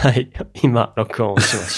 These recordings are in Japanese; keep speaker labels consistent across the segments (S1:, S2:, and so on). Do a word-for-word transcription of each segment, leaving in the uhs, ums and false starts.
S1: はい。今、録音をしました。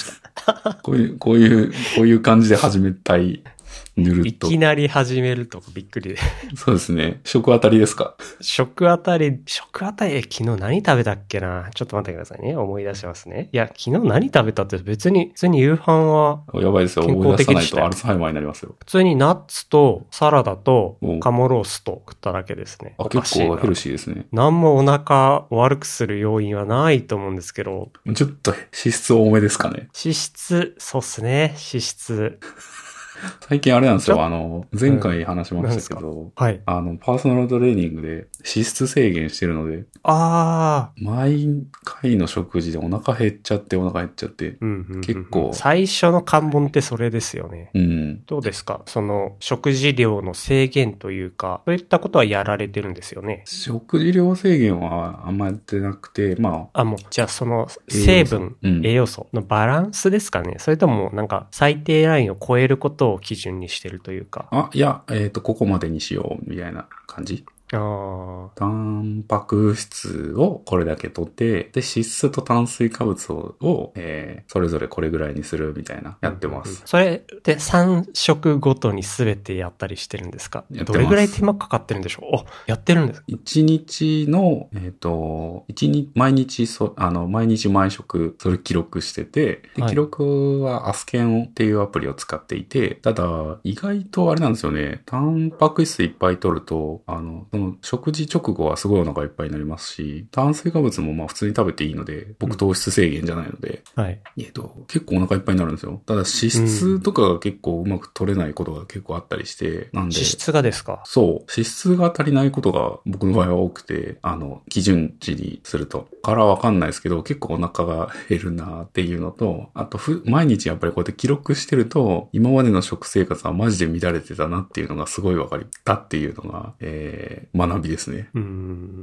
S2: こういう、こういう、こういう感じで始めたい。ぬるっと。
S1: いきなり始めるとびっくりで。
S2: そうですね。食あたりですか？
S1: 食あたり、食あたり、え、昨日何食べたっけな？ちょっと待ってくださいね。思い出しますね。いや、昨日何食べたって別に、普通に夕飯は
S2: やばいですよ。思い出さないとアルツハイマーになりますよ。
S1: 普通にナッツとサラダとカモロースと食っただけですね。
S2: あ、結構ヘルシーですね。
S1: 何もお腹を悪くする要因はないと思うんですけど。
S2: ちょっと脂質多めですかね。
S1: 脂質、そうっすね。脂質。
S2: 最近あれなんですよ。あの、前回話しましたけど、
S1: うん、はい。
S2: あの、パーソナルトレーニングで脂質制限してるので、
S1: ああ。
S2: 毎回の食事でお腹減っちゃってお腹減っちゃって、うんうんうん、結構。
S1: 最初の関門ってそれですよね。
S2: うん。
S1: どうですか？その、食事量の制限というか、そういったことはやられてるんですよね。
S2: 食事量制限はあんまやってなくて、ま
S1: あ、あ、もう、じゃあその、成分、栄養素、うん、栄養素のバランスですかね？それとも、なんか、最低ラインを超えることを基準にしてるというか。
S2: あ、いや、えっ、ー、と、ここまでにしよう、みたいな感じ。
S1: あ
S2: タンパク質をこれだけ取って、で、脂質と炭水化物を、をえー、それぞれこれぐらいにするみたいな、やってます。
S1: うんうんうん、それってさん食ごとに全てやったりしてるんですか？どれぐらい手間かかってるんでしょう？お、やってるんですか？
S2: いちにちの、えっ、ー、と、一日、毎日そ、あの、毎日毎食、それ記録してて、で、記録はアスケンっていうアプリを使っていて、ただ、意外とあれなんですよね、タンパク質いっぱい取ると、あの、その食事直後はすごいお腹いっぱいになりますし、炭水化物もまあ普通に食べていいので、僕糖質制限じゃないので、うん、はい。えっと、結構お腹いっぱいになるんですよ。ただ脂質とかが結構うまく取れないことが結構あったりして、なんで。
S1: 脂質がですか？
S2: そう。脂質が足りないことが僕の場合は多くて、あの、基準値にすると。からわかんないですけど、結構お腹が減るなっていうのと、あとふ、毎日やっぱりこうやって記録してると、今までの食生活はマジで乱れてたなっていうのがすごいわかったっていうのが、えー、学びですね。うん。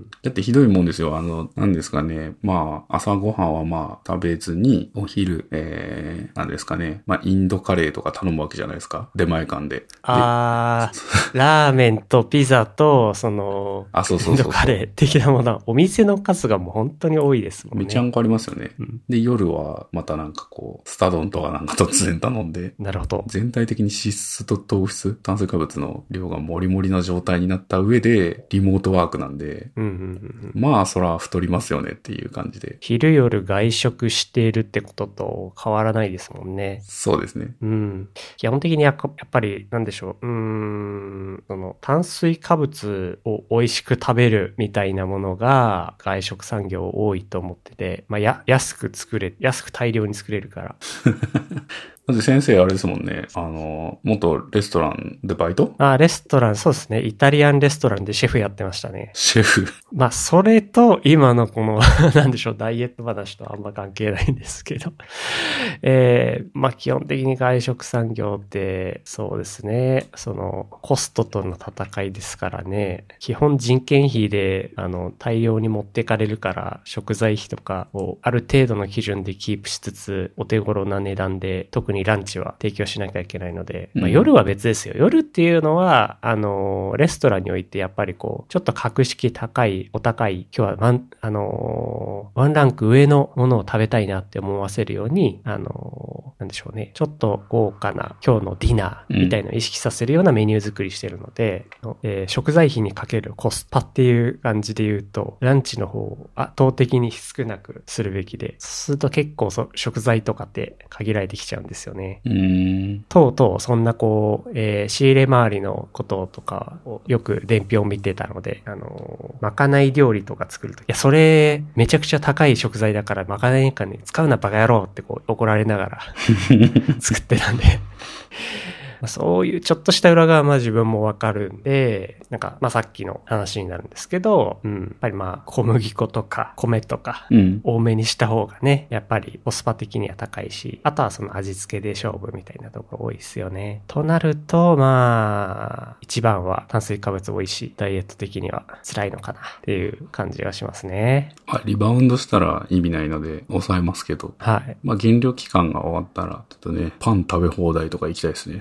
S2: だってひどいもんですよ。あの、何ですかね。まあ、朝ごはんはまあ、食べずに、お昼、えー、何ですかね。まあ、インドカレーとか頼むわけじゃないですか。出前館で。
S1: あー、ラーメンとピザと、その、
S2: あ、そうそうそうそう。
S1: インドカレー的なものは、お店の数がもう本当に多いですもんね。
S2: めちゃんこありますよね。うん、で、夜はまたなんかこう、スタ丼とかなんか突然頼んで。
S1: なるほど。
S2: 全体的に脂質と糖質、炭水化物の量がモリモリの状態になった上で、リモートワークなんで、うんうんうんうん、まあ、そら太りますよねっていう感じで。
S1: 昼夜外食しているってことと変わらないですもんね。
S2: そうですね。
S1: うん。基本的にやっぱり、なんでしょう。うーん、その、炭水化物を美味しく食べるみたいなものが、外食産業多いと思ってて、まあ、や、安く作れ、安く大量に作れるから。
S2: だって先生あれですもんね。あの、元レストランでバイト？
S1: あ、レストラン、そうですね。イタリアンレストランでシェフやってましたね。
S2: シェフ。
S1: まあ、それと今のこの、なんでしょう、ダイエット話とあんま関係ないんですけど。えー、まあ、基本的に外食産業って、そうですね。その、コストとの戦いですからね。基本人件費で、あの、大量に持ってかれるから、食材費とかをある程度の基準でキープしつつ、お手頃な値段で、特にランチは提供しなきゃいけないので、まあ、夜は別ですよ。夜っていうのは、あの、レストランにおいてやっぱりこう、ちょっと格式高い、お高い、今日はワン、あの、ワンランク上のものを食べたいなって思わせるように、あの、なんでしょうね。ちょっと豪華な今日のディナーみたいなのを意識させるようなメニュー作りしてるので、うんえー、食材費にかけるコスパっていう感じで言うと、ランチの方を圧倒的に少なくするべきで、そうすると結構そ食材とかって限られてきちゃうんですよね。
S2: うーん
S1: とうとうそんなこう、えー、仕入れ周りのこととかをよく伝票を見てたので、あのー、まかない料理とか作るとき、いや、それ、めちゃくちゃ高い食材だから、まかない館に使うなバカ野郎ってこう怒られながら作ってたんで。そういうちょっとした裏側は自分もわかるんで、なんか、まあさっきの話になるんですけど、うん、やっぱりまあ小麦粉とか米とか、多めにした方がね、やっぱりコスパ的には高いし、あとはその味付けで勝負みたいなところ多いですよね。となると、まあ、一番は炭水化物多いし、ダイエット的には辛いのかなっていう感じがしますね。
S2: あ、リバウンドしたら意味ないので抑えますけど、
S1: はい。
S2: まあ減量期間が終わったら、ちょっとね、パン食べ放題とか行きたいですね。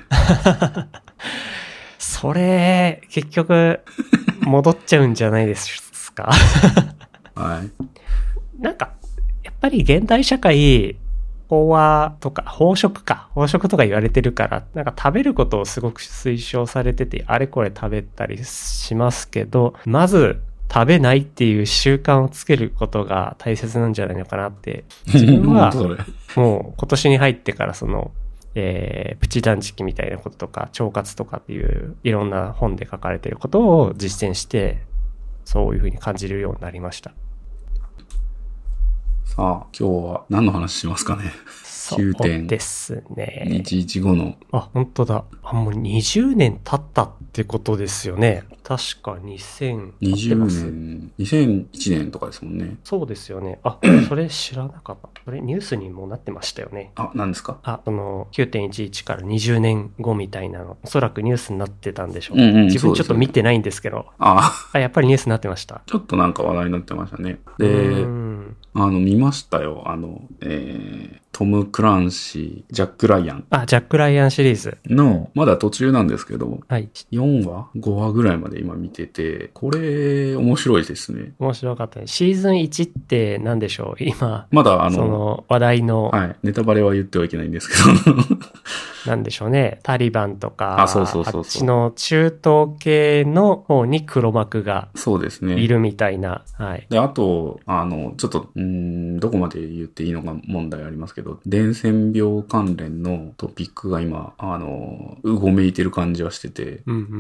S1: それ、結局、戻っちゃうんじゃないですか。
S2: はい。
S1: なんか、やっぱり現代社会、飽和とか、飽食か、飽食とか言われてるから、なんか食べることをすごく推奨されてて、あれこれ食べたりしますけど、まず食べないっていう習慣をつけることが大切なんじゃないのかなって、自分はもう今年に入ってからその、えー、プチ断食みたいなこととか、腸活とかっていういろんな本で書かれていることを実践して、そういうふうに感じるようになりました。
S2: さあ、今日は何の話しますかね。
S1: そうですね。
S2: いちいちごの。
S1: あ、本当だ。あ、もうにじゅうねん経ったってことですよね。確かにせん。
S2: にじゅうねん。にせんいちねんとかですもんね。
S1: そうですよね。あ、それ知らなかった。それニュースにもなってましたよね。
S2: あ、何ですか？
S1: あ、その きゅうてんいちいち からにじゅうねんごみたいなの。おそらくニュースになってたんでしょう。
S2: うんうん、
S1: 自分ちょっと見てないんですけど。
S2: あ
S1: あ、やっぱりニュースになってました。
S2: ちょっとなんか話題になってましたね。で、あの、見ましたよ。あの、えー、トム・クランシー、ジャック・ライアン。
S1: あ、ジャック・ライアンシリーズ。
S2: の、まだ途中なんですけど、
S1: はい。
S2: よんわ ?ご 話ぐらいまで今見てて、これ、面白いですね。
S1: 面白かったね。シーズンいちって何でしょう今。
S2: まだあの、
S1: その話題の。
S2: はい。ネタバレは言ってはいけないんですけど。
S1: なんでしょうね。タリバンとか、
S2: あ、そうそうそうそう。
S1: あっちの中東系の方に黒幕が
S2: そうですね。
S1: いるみたいな。はい。
S2: で、あと、あの、ちょっと、うーん、どこまで言っていいのか問題ありますけど、伝染病関連のトピックが今、あの、うごめいてる感じはしてて。
S1: うんうんうんうん。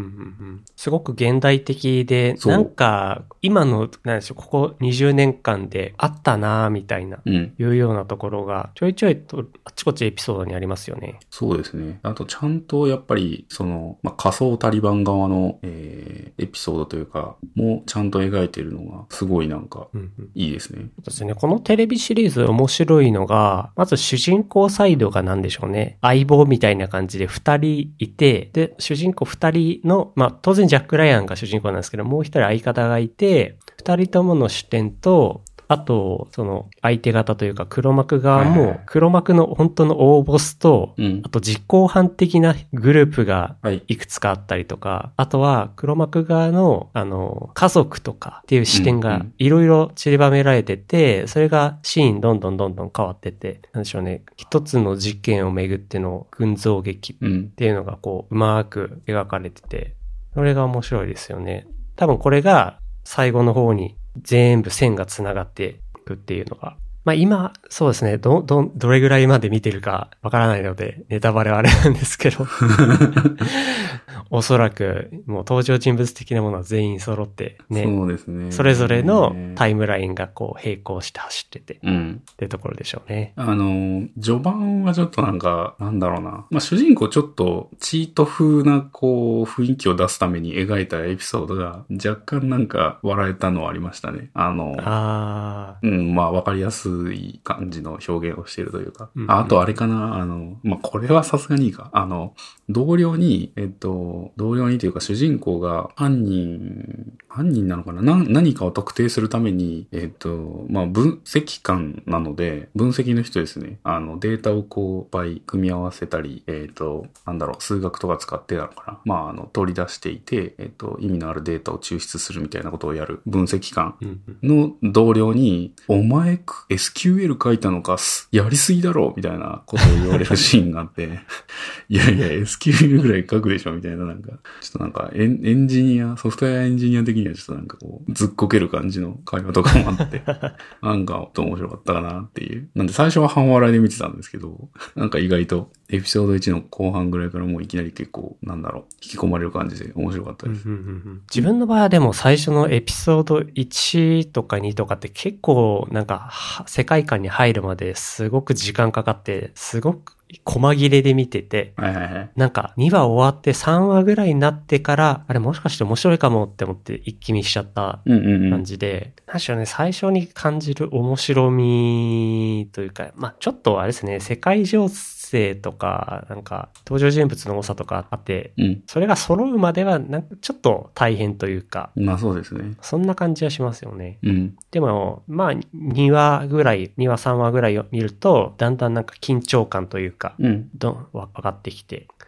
S1: すごく現代的で、なんか、今の、なんでしょう、ここにじゅうねんかんであったなぁ、みたいな、うん、いうようなところが、ちょいちょいと、あっちこっちエピソードにありますよね。
S2: そうですね。あと、ちゃんとやっぱり、その、まあ、仮想タリバン側の、えー、エピソードというか、もちゃんと描いてるのが、すごいなんか、いいですね。うんうん、
S1: そうですね。このテレビシリーズ面白いのが、まず主人公サイドが何でしょうね。相棒みたいな感じで二人いて、で、主人公二人の、まあ、当然ジャック・ライアンが主人公なんですけど、もう一人相方がいて、二人ともの視点と、あと、その、相手方というか黒幕側も、黒幕の本当の大ボスと、あと実行犯的なグループがいくつかあったりとか、あとは黒幕側の、あの、家族とかっていう視点がいろいろ散りばめられてて、それがシーンどんどんどんどん変わってて、なんでしょうね、一つの事件をめぐっての群像劇っていうのがこう、うまく描かれてて、それが面白いですよね。多分これが最後の方に全部線が繋がっていくっていうのが。まあ今、そうですね、ど、ど、どれぐらいまで見てるかわからないので、ネタバレはあれなんですけど。おそらく、もう登場人物的なものは全員揃ってね。
S2: そうですね。
S1: それぞれのタイムラインがこう並行して走ってて。
S2: うん。
S1: っていうところでしょうね。
S2: あの、序盤はちょっとなんか、なんだろうな。まあ主人公ちょっとチート風なこう雰囲気を出すために描いたエピソードが若干なんか笑えたのはありましたね。あの、
S1: あ
S2: うん、まあわかりやすい感じの表現をしているというか。うんうん、あ, あとあれかな、あの、まあこれはさすがにいいか。あの、同僚に、えっと、同僚にというか主人公が犯人、犯人なのかな、な何かを特定するために、えっと、まあ分析官なので、分析の人ですね。あの、データをこう、いっぱい組み合わせたり、えっと、なんだろう、数学とか使ってなのかな。まあ、あの、取り出していて、えっと、意味のあるデータを抽出するみたいなことをやる分析官の同僚に、お前、エスキューエル 書いたのか、やりすぎだろみたいなことを言われるシーンがあって、いやいや、エスキューエル ぐらい書くでしょみたいな、なんか、ちょっとなんかエン、エンジニア、ソフトウェアエンジニア的にはちょっとなんかこう、ずっこける感じの会話とかもあって、なんか、面白かったかなっていう。なんで最初は半笑いで見てたんですけど、なんか意外とエピソードいちの後半ぐらいからもういきなり結構、なんだろう、引き込まれる感じで面白かったです。
S1: うんうんうん、自分の場合はでも最初のエピソードいちとかにとかって結構なんか世界観に入るまですごく時間かかって、すごく細切れで見てて、
S2: はいはいはい、
S1: なんかにわ終わってさんわぐらいになってから、あれもしかして面白いかもって思って一気見しちゃった感じで、うんうんうん、なんでしょうね、最初に感じる面白みというか、まあちょっとあれですね、世界情勢とか、なんか登場人物の多さとかあって、うん、それが揃うまではなんかちょっと大変というか、
S2: まあそうですね。
S1: そんな感じはしますよね。
S2: うん、
S1: でも、まあにわぐらい、にわさんわぐらいを見ると、だんだんなんか緊張感というか、うん、どん分かってきて、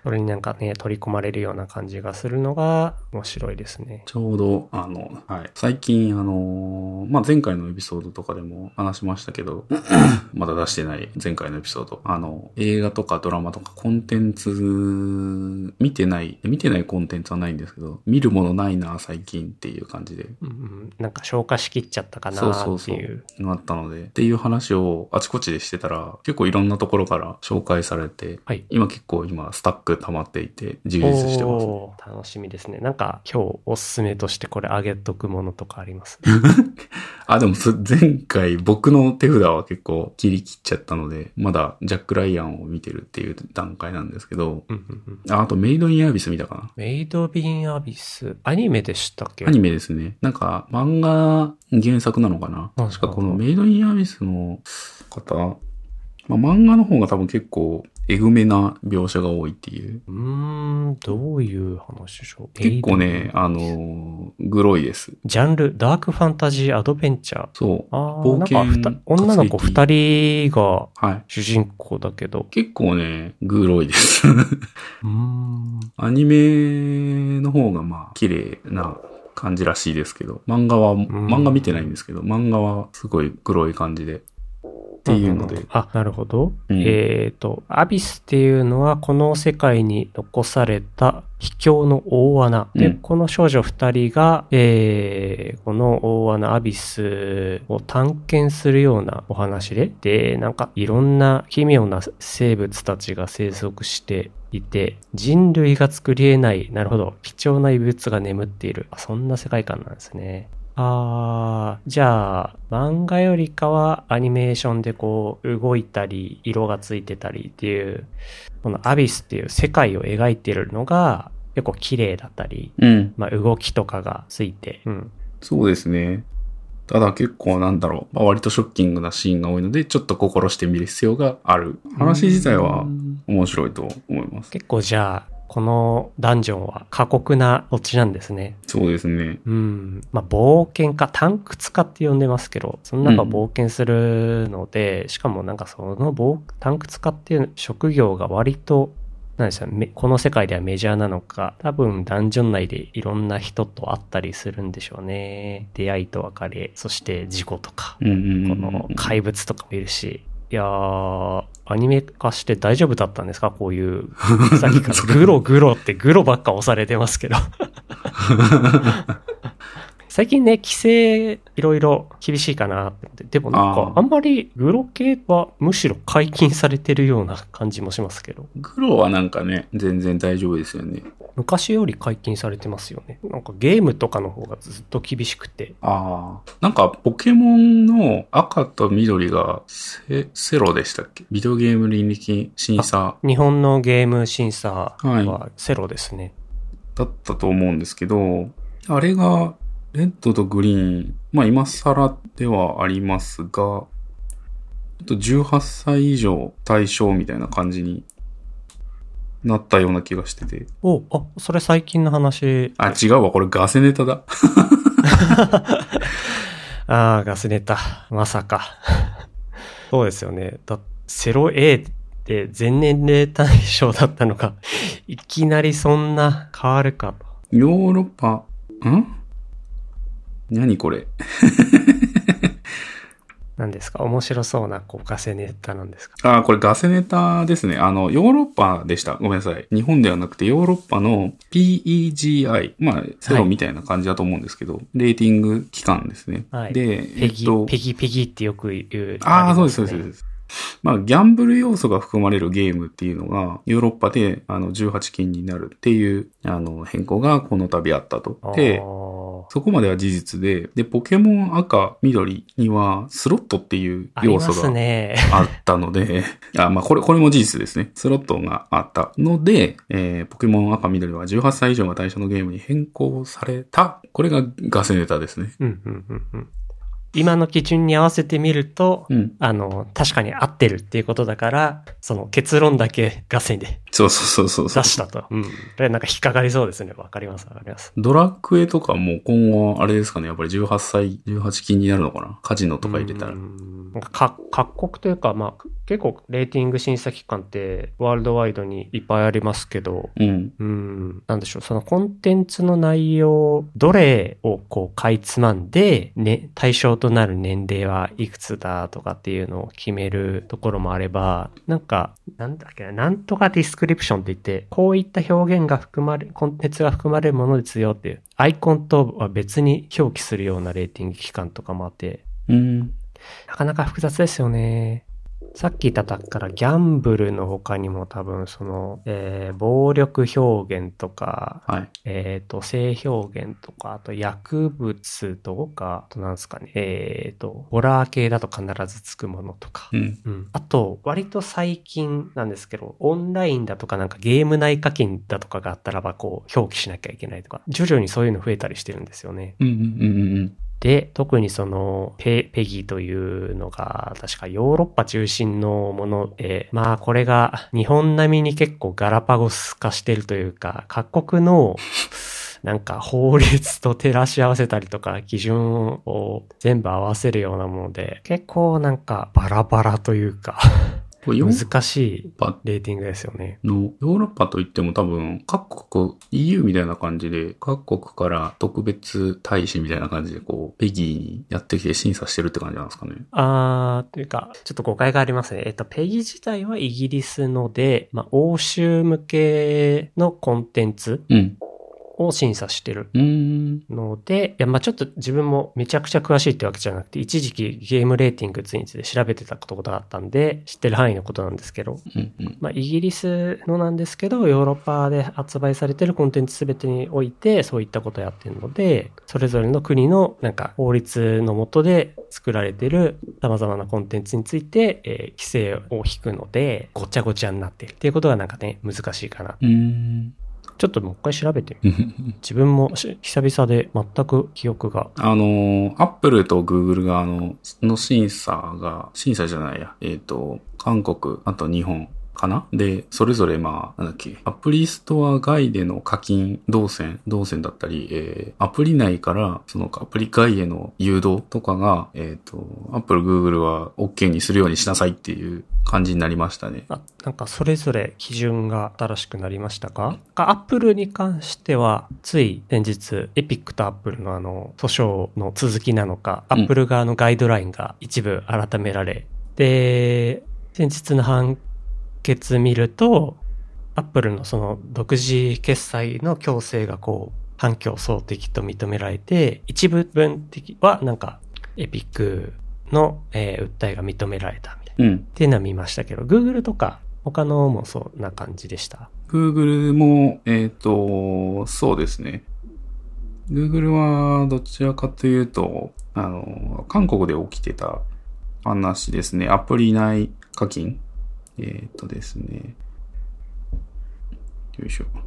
S1: それになんかね、取り込まれるような感じがするのが面白いですね。
S2: ちょうど、あの、はい。最近、あの、まあ、前回のエピソードとかでも話しましたけど、まだ出してない前回のエピソード。あの、映画とかドラマとかコンテンツ、見てない、見てないコンテンツはないんですけど、見るものないな、最近っていう感じで。
S1: うんうん、なんか消化しきっちゃったかなっていう。そうそうそう。
S2: なったので、っていう話をあちこちでしてたら、結構いろんなところから紹介されて、はい、今結構今スタック溜まっていて充実してます、ね。
S1: 楽しみですね。なんか今日おすすめとしてこれあげとくものとかあります
S2: あ、でも前回僕の手札は結構切り切っちゃったので、まだジャック・ライアンを見てるっていう段階なんですけど、うんうんうん、あ, あとメイド・イン・アビス見たかな。
S1: メイド・イン・アビス。アニメでしたっけ？
S2: アニメですね。なんか漫画原作なのかな。確かこのメイド・イン・アビスの方、まあ、漫画の方が多分結構えぐめな描写が多いっていう。
S1: うーん、どういう話でしょう。
S2: 結構ね、あの、グロいです。
S1: ジャンル、ダークファンタジーアドベンチャー。
S2: そう。
S1: あ冒険なんか女の子二人が主人公だけど。はい、
S2: 結構ね、グロいです。うーんアニメの方がまあ、綺麗な感じらしいですけど、漫画は、漫画見てないんですけど、漫画はすごいグロい感じで。っていうので。
S1: うんうん、あ、なるほど。うん、えっと、アビスっていうのはこの世界に残された秘境の大穴。で、うん、この少女二人が、えー、この大穴アビスを探検するようなお話で、で、なんかいろんな奇妙な生物たちが生息していて、人類が作り得ない、なるほど、貴重な遺物が眠っている。そんな世界観なんですね。あー、じゃあ、漫画よりかはアニメーションでこう、動いたり、色がついてたりっていう、このアビスっていう世界を描いてるのが、結構綺麗だったり、うん、まあ動きとかがついて、うん。
S2: そうですね。ただ結構なんだろう、まあ、割とショッキングなシーンが多いので、ちょっと心して見る必要がある。話自体は面白いと思います。
S1: 結構じゃあ、このダンジョンは過酷な土地なんですね。
S2: そうですね。
S1: うん。まあ、冒険家、探掘家って呼んでますけど、その中冒険するので、うん、しかもなんかその冒探掘家っていう職業が割と、なんですか、この世界ではメジャーなのか、多分ダンジョン内でいろんな人と会ったりするんでしょうね。出会いと別れ、そして事故とか、うんうんうんうん、この怪物とかもいるし、いやー、アニメ化して大丈夫だったんですか？こういう、さっきからグログロってグロばっか押されてますけど。最近ね、規制いろいろ厳しいかなって。でもなんか、あんまりグロ系はむしろ解禁されてるような感じもしますけど。
S2: グロはなんかね、全然大丈夫ですよね。
S1: 昔より解禁されてますよね。なんかゲームとかの方がずっと厳しくて。
S2: ああ。なんかポケモンの赤と緑が セ, セロでしたっけ？ビデオゲーム倫理審査。
S1: 日本のゲーム審査はセロですね。
S2: はい、だったと思うんですけど、あれがレッドとグリーン、まあ今更ではありますが、ちょっとじゅうはっさい以上対象みたいな感じになったような気がしてて。
S1: お、あ、それ最近の話。
S2: あ、違うわ、これガセネタだ。
S1: ああ、ガセネタ。まさか。そうですよね。だセロ A って全年齢対象だったのか。いきなりそんな変わるかと。
S2: ヨーロッパ、ん何これ
S1: 何ですか？面白そうなこうガセネタなんですか？
S2: ああ、これガセネタですね。あの、ヨーロッパでした。ごめんなさい。日本ではなくてヨーロッパの ピーイージーアイ。まあ、セロみたいな感じだと思うんですけど、はい、レーティング機関ですね。
S1: はい、
S2: で、
S1: ペギ、えっと、ペギペギってよく言う。
S2: ああ、そうです、そうです。まあ、ギャンブル要素が含まれるゲームっていうのが、ヨーロッパで、あの、じゅうはち禁になるっていう、あの、変更がこの度あったと。で、そこまでは事実で、で、ポケモン赤、緑には、スロットっていう要素があったので、あ、まあ、これ、これも事実ですね。スロットがあったので、えー、ポケモン赤、緑はじゅうはっさい以上が対象のゲームに変更された。これがガセネタですね。
S1: うん、うん、うん、うん。今の基準に合わせてみると、うん、あの、確かに合ってるっていうことだから、その結論だけガセで。
S2: そうそうそうそう。
S1: 出したと。うん。これなんか引っかかりそうですね。わかります、わかります。
S2: ドラクエとかも今後、あれですかね。やっぱりじゅうはっさい、じゅうはち禁になるのかな？カジノとか入れたら。
S1: うんか各国というか、まあ、 結構レーティング審査機関ってワールドワイドにいっぱいありますけど、
S2: うん。
S1: うん、なんでしょう、そのコンテンツの内容、どれをこうかいつまんで、ね、対象となる年齢はいくつだとかっていうのを決めるところもあれば、なんか、なんだっけな、なんとかディスクリプションって言って、こういった表現が含まれ、コンテンツが含まれるものですよっていう、アイコンとは別に表記するようなレーティング機関とかもあって、
S2: うん。
S1: なかなか複雑ですよね。さっき言ったからギャンブルの他にも多分その、えー、暴力表現とか、
S2: はい。
S1: えっと、性表現とか、あと薬物とか、あとなんですかね、えっと、ホラー系だと必ずつくものとか、
S2: うん。
S1: うん。あと、割と最近なんですけど、オンラインだとかなんかゲーム内課金だとかがあったらばこう、表記しなきゃいけないとか、徐々にそういうの増えたりしてるんですよね。
S2: うんうんうんうん。
S1: で、特にそのペ、ペギというのが、確かヨーロッパ中心のもので、まあこれが日本並みに結構ガラパゴス化してるというか、各国のなんか法律と照らし合わせたりとか、基準を全部合わせるようなもので、結構なんかバラバラというか、難しいレーティングですよね。
S2: のヨーロッパといっても多分各国 イーユー みたいな感じで各国から特別大使みたいな感じでこうペギーにやってきて審査してるって感じなんですかね。
S1: あー、というかちょっと誤解がありますね。えっとペギー自体はイギリスので、まあ欧州向けのコンテンツ。
S2: うん
S1: を審査してるので、
S2: う
S1: いや、まあちょっと自分もめちゃくちゃ詳しいってわけじゃなくて、一時期ゲームレーティングについて調べてたことがあったんで、知ってる範囲のことなんですけど、
S2: うんうん、
S1: まあイギリスのなんですけど、ヨーロッパで発売されてるコンテンツすべてにおいて、そういったことをやってるので、それぞれの国のなんか法律の下で作られてる様々なコンテンツについて、えー、規制を引くので、ごちゃごちゃになってるっていうことがなんかね、難しいかな。
S2: うーん
S1: ちょっともう一回調べてみる。自分も久々で全く記憶が。
S2: あの、アップルとグーグルがあの、の審査が、審査じゃないや、えっと、韓国、あと日本かなで、それぞれまあ、なんだっけ、アプリストア外での課金動線、動線だったり、えー、アプリ内からそのアプリ外への誘導とかが、えっと、アップル、グーグルは OK にするようにしなさいっていう感じになりましたね。
S1: あ、なんかそれぞれ基準が新しくなりましたか？アップルに関しては、つい先日、エピックとアップルのあの、訴訟の続きなのか、アップル側のガイドラインが一部改められ、うん、で、先日の判決見ると、アップルのその独自決済の強制がこう、反競争的と認められて、一部分的はなんか、エピックの、えー、訴えが認められたみたいな。うん。っていうのは見ましたけど、Google とか他のもそんな感じでした。
S2: Google も、えっと、そうですね。Google はどちらかというと、あの、韓国で起きてた話ですね。アプリ内課金。えっとですね。よいしょ。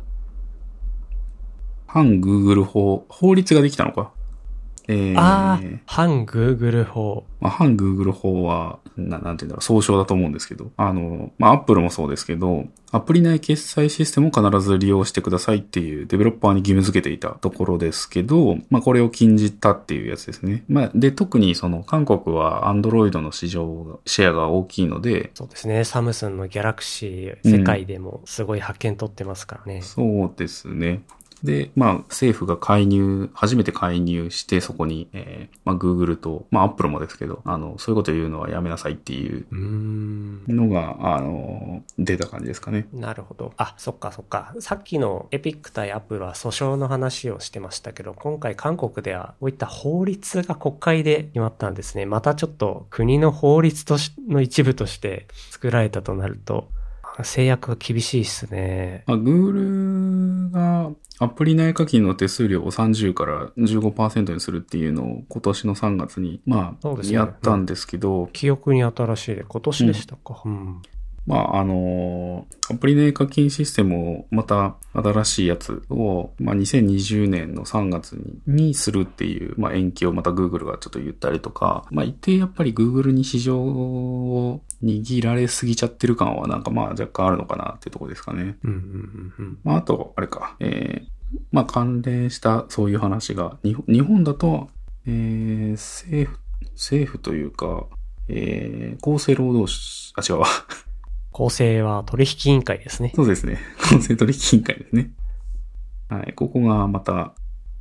S2: 反 Google 法、法律ができたのか。
S1: えー、ああ、反 Google 法。
S2: まあ、反 Google 法は、な、なんていうんだろう、総称だと思うんですけど、あの、まあ、Apple もそうですけど、アプリ内決済システムを必ず利用してくださいっていうデベロッパーに義務付けていたところですけど、まあ、これを禁じたっていうやつですね。まあ、で、特にその、韓国は Android の市場、シェアが大きいので、
S1: そうですね、サムスンの Galaxy、世界でもすごい覇権取ってますからね。うん、
S2: そうですね。で、まあ、政府が介入、初めて介入して、そこに、えー、まあ、Google と、まあ、Apple もですけど、あの、そういうこと言うのはやめなさいっていうのが、あの、出た感じですかね。
S1: なるほど。あ、そっかそっか。さっきの Epic 対 Apple は訴訟の話をしてましたけど、今回韓国ではこういった法律が国会で決まったんですね。またちょっと国の法律としの一部として作られたとなると、制約が厳しいっすね。
S2: まあ、Google がアプリ内課金の手数料をさんじゅうからじゅうごパーセント にするっていうのを今年のさんがつに、まあ、ね、やったんですけど、
S1: うん。記憶に新しいで、今年でしたか。うん。うん
S2: まあ、あのー、アプリ内課金システムをまた新しいやつを、まあ、にせんにじゅうねんのさんがつに、にするっていう、まあ、延期をまた Google がちょっと言ったりとか、まあ、一定やっぱり Google に市場を握られすぎちゃってる感はなんかまあ若干あるのかなっていうところですかね。
S1: うんうんうんうん。
S2: まあ、あと、あれか、えー、まあ、関連したそういう話が、日本だと、えー、政府、政府というか、 えー、厚生労働省、あ、違うわ。
S1: 厚生は取引委員会ですね。
S2: そうですね。厚生取引委員会ですね。はい。ここがまた、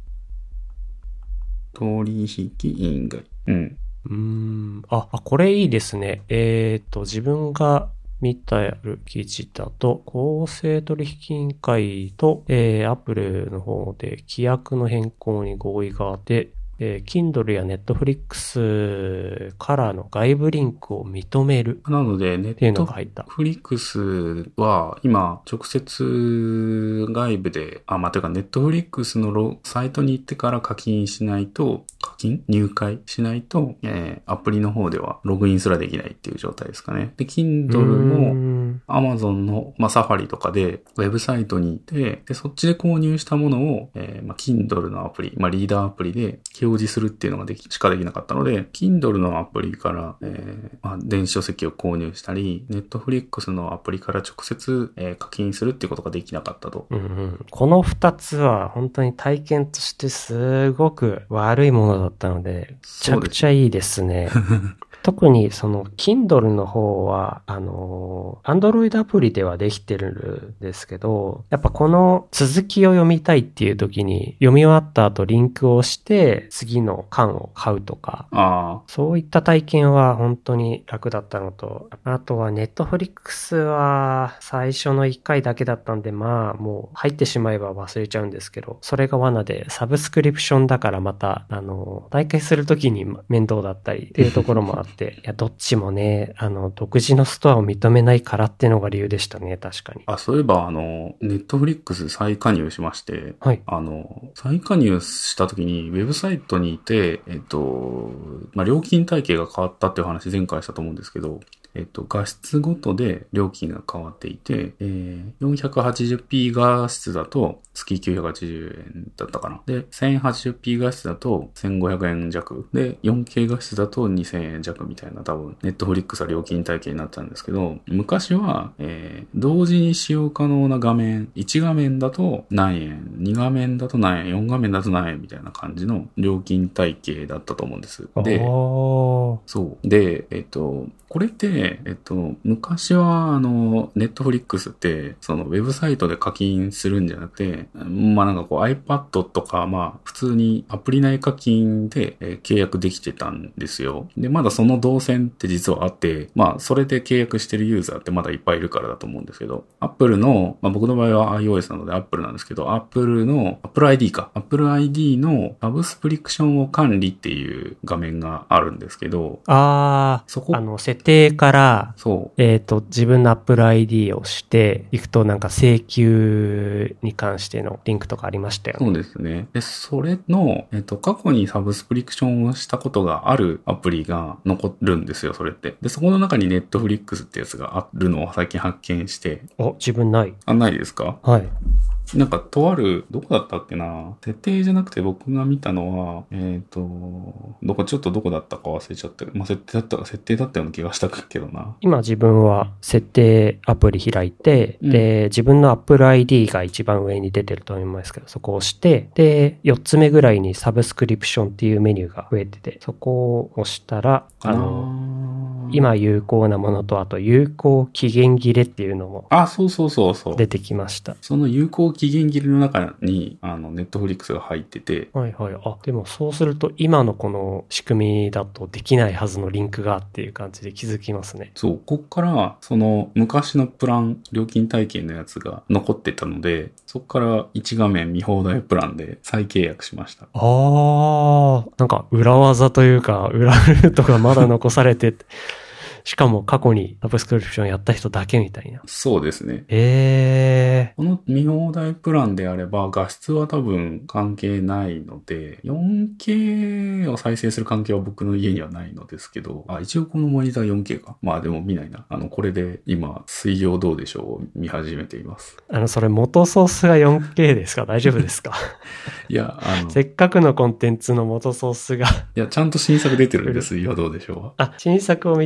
S2: 取引委員会。うん。
S1: うーん。あ、あこれいいですね。えっと、自分が見たる記事だと、公正取引委員会と、えー、Apple の方で規約の変更に合意があって、えー、Kindle や Netflix からの外部リンクを認める。
S2: なので、
S1: っていうのが入った。
S2: Netflix は今、直接外部で、あ、まあ、というか Netflix のロサイトに行ってから課金しないと、課金入会しないと、えー、アプリの方ではログインすらできないっていう状態ですかね。で、Kindle も Amazon の、まあ、サファリとかでウェブサイトに行って、で、そっちで購入したものを、えー、まあ、Kindle のアプリ、まあ、リーダーアプリで表示するっていうのができ、しかできなかったので、Kindle のアプリから、えーまあ、電子書籍を購入したり、Netflix のアプリから直接、えー、課金するっていうことができなかったと。
S1: うんうん、この二つは本当に体験としてすごく悪いものだったので、めちゃくちゃいいですね。特にその Kindle の方は、あの、Android アプリではできてるんですけど、やっぱこの続きを読みたいっていう時に読み終わった後リンクをして次の巻を買うとか、
S2: あ
S1: そういった体験は本当に楽だったのと、あとは Netflix は最初のいっかいだけだったんで、まあもう入ってしまえば忘れちゃうんですけど、それが罠でサブスクリプションだからまた、あの、大会する時に面倒だったりっていうところもあって、いや、どっちもね、あの、独自のストアを認めないからっていうのが理由でしたね、確かに。
S2: あ、そういえば、あの、ネットフリックス再加入しまして、
S1: はい。
S2: あの、再加入した時に、ウェブサイトにいて、えっと、まあ、料金体系が変わったっていう話前回したと思うんですけど、えっと、画質ごとで料金が変わっていて、えー、よんひゃくはちじゅうピー 画質だと月きゅうひゃくはちじゅうえんだったかな。で、せんはちじゅうピー 画質だとせんごひゃくえん弱。で、よんケー 画質だとにせんえん弱みたいな多分、ネットフリックスは料金体系になったんですけど、昔は、えー、同時に使用可能な画面、いち画面だと何円、に画面だと何円、よん画面だと何円みたいな感じの料金体系だったと思うんです。で、そう。で、えっと、これって、えっと、昔は、あの、ネットフリックスって、その、ウェブサイトで課金するんじゃなくて、まあなんかこう iPad とか、まあ、普通にアプリ内課金で、えー、契約できてたんですよ。で、まだその動線って実はあって、まあ、それで契約してるユーザーってまだいっぱいいるからだと思うんですけど、Apple の、まあ僕の場合は iOS なので Apple なんですけど、Apple の、Apple アイディー か。Apple アイディー のサブスプリクションを管理っていう画面があるんですけど、
S1: ああ、
S2: そこ、
S1: あの、設定から、
S2: そう。
S1: えっと、自分の Apple アイディー をしていくとなんか請求に関してのリンクとかありましたよね。
S2: そうですね。で、それの、えっと、過去にサブスクリプションをしたことがあるアプリが残るんですよ、それって。で、そこの中に Netflix ってやつがあるのを最近発見して。
S1: お、自分ない。
S2: あ、ないですか？
S1: はい。
S2: なんか、とある、どこだったっけな？設定じゃなくて僕が見たのは、えっと、どこ、ちょっとどこだったか忘れちゃった。まあ、設定だった、設定だったような気がしたけどな。
S1: 今自分は設定アプリ開いて、うん、で、自分の Apple アイディー が一番上に出てると思いますけど、そこを押して、で、よっつめぐらいにサブスクリプションっていうメニューが増えてて、そこを押したら、あの、今有効なものと、あと有効期限切れっていうのも、
S2: あ、そうそうそうそう。
S1: 出てきました。
S2: その有効期限切れの中に、あの、ネットフリックスが入ってて。
S1: はいはい。あ、でもそうすると今のこの仕組みだとできないはずのリンクがっていう感じで気づきますね。
S2: そう。こっから、その昔のプラン、料金体系のやつが残ってたので、そこからいち画面見放題プランで再契約しました。
S1: あー、なんか裏技というか、裏ルートがまだ残されてしかも過去にサブスクリプションやった人だけみたいな。
S2: そうですね。
S1: えー。
S2: この見放題プランであれば画質は多分関係ないので、よんケー を再生する関係は僕の家にはないのですけど、あ、一応このモニター よんケー か。まあでも見ないな。あの、これで今、水曜どうでしょうを見始めています。
S1: あの、それ元ソースが よんケー ですか？大丈夫ですか？
S2: いや、あの、
S1: せっかくのコンテンツの元ソースが。
S2: いや、ちゃんと新作出てるんで、水曜どうでしょうは。
S1: あ、新作を見てるんですね。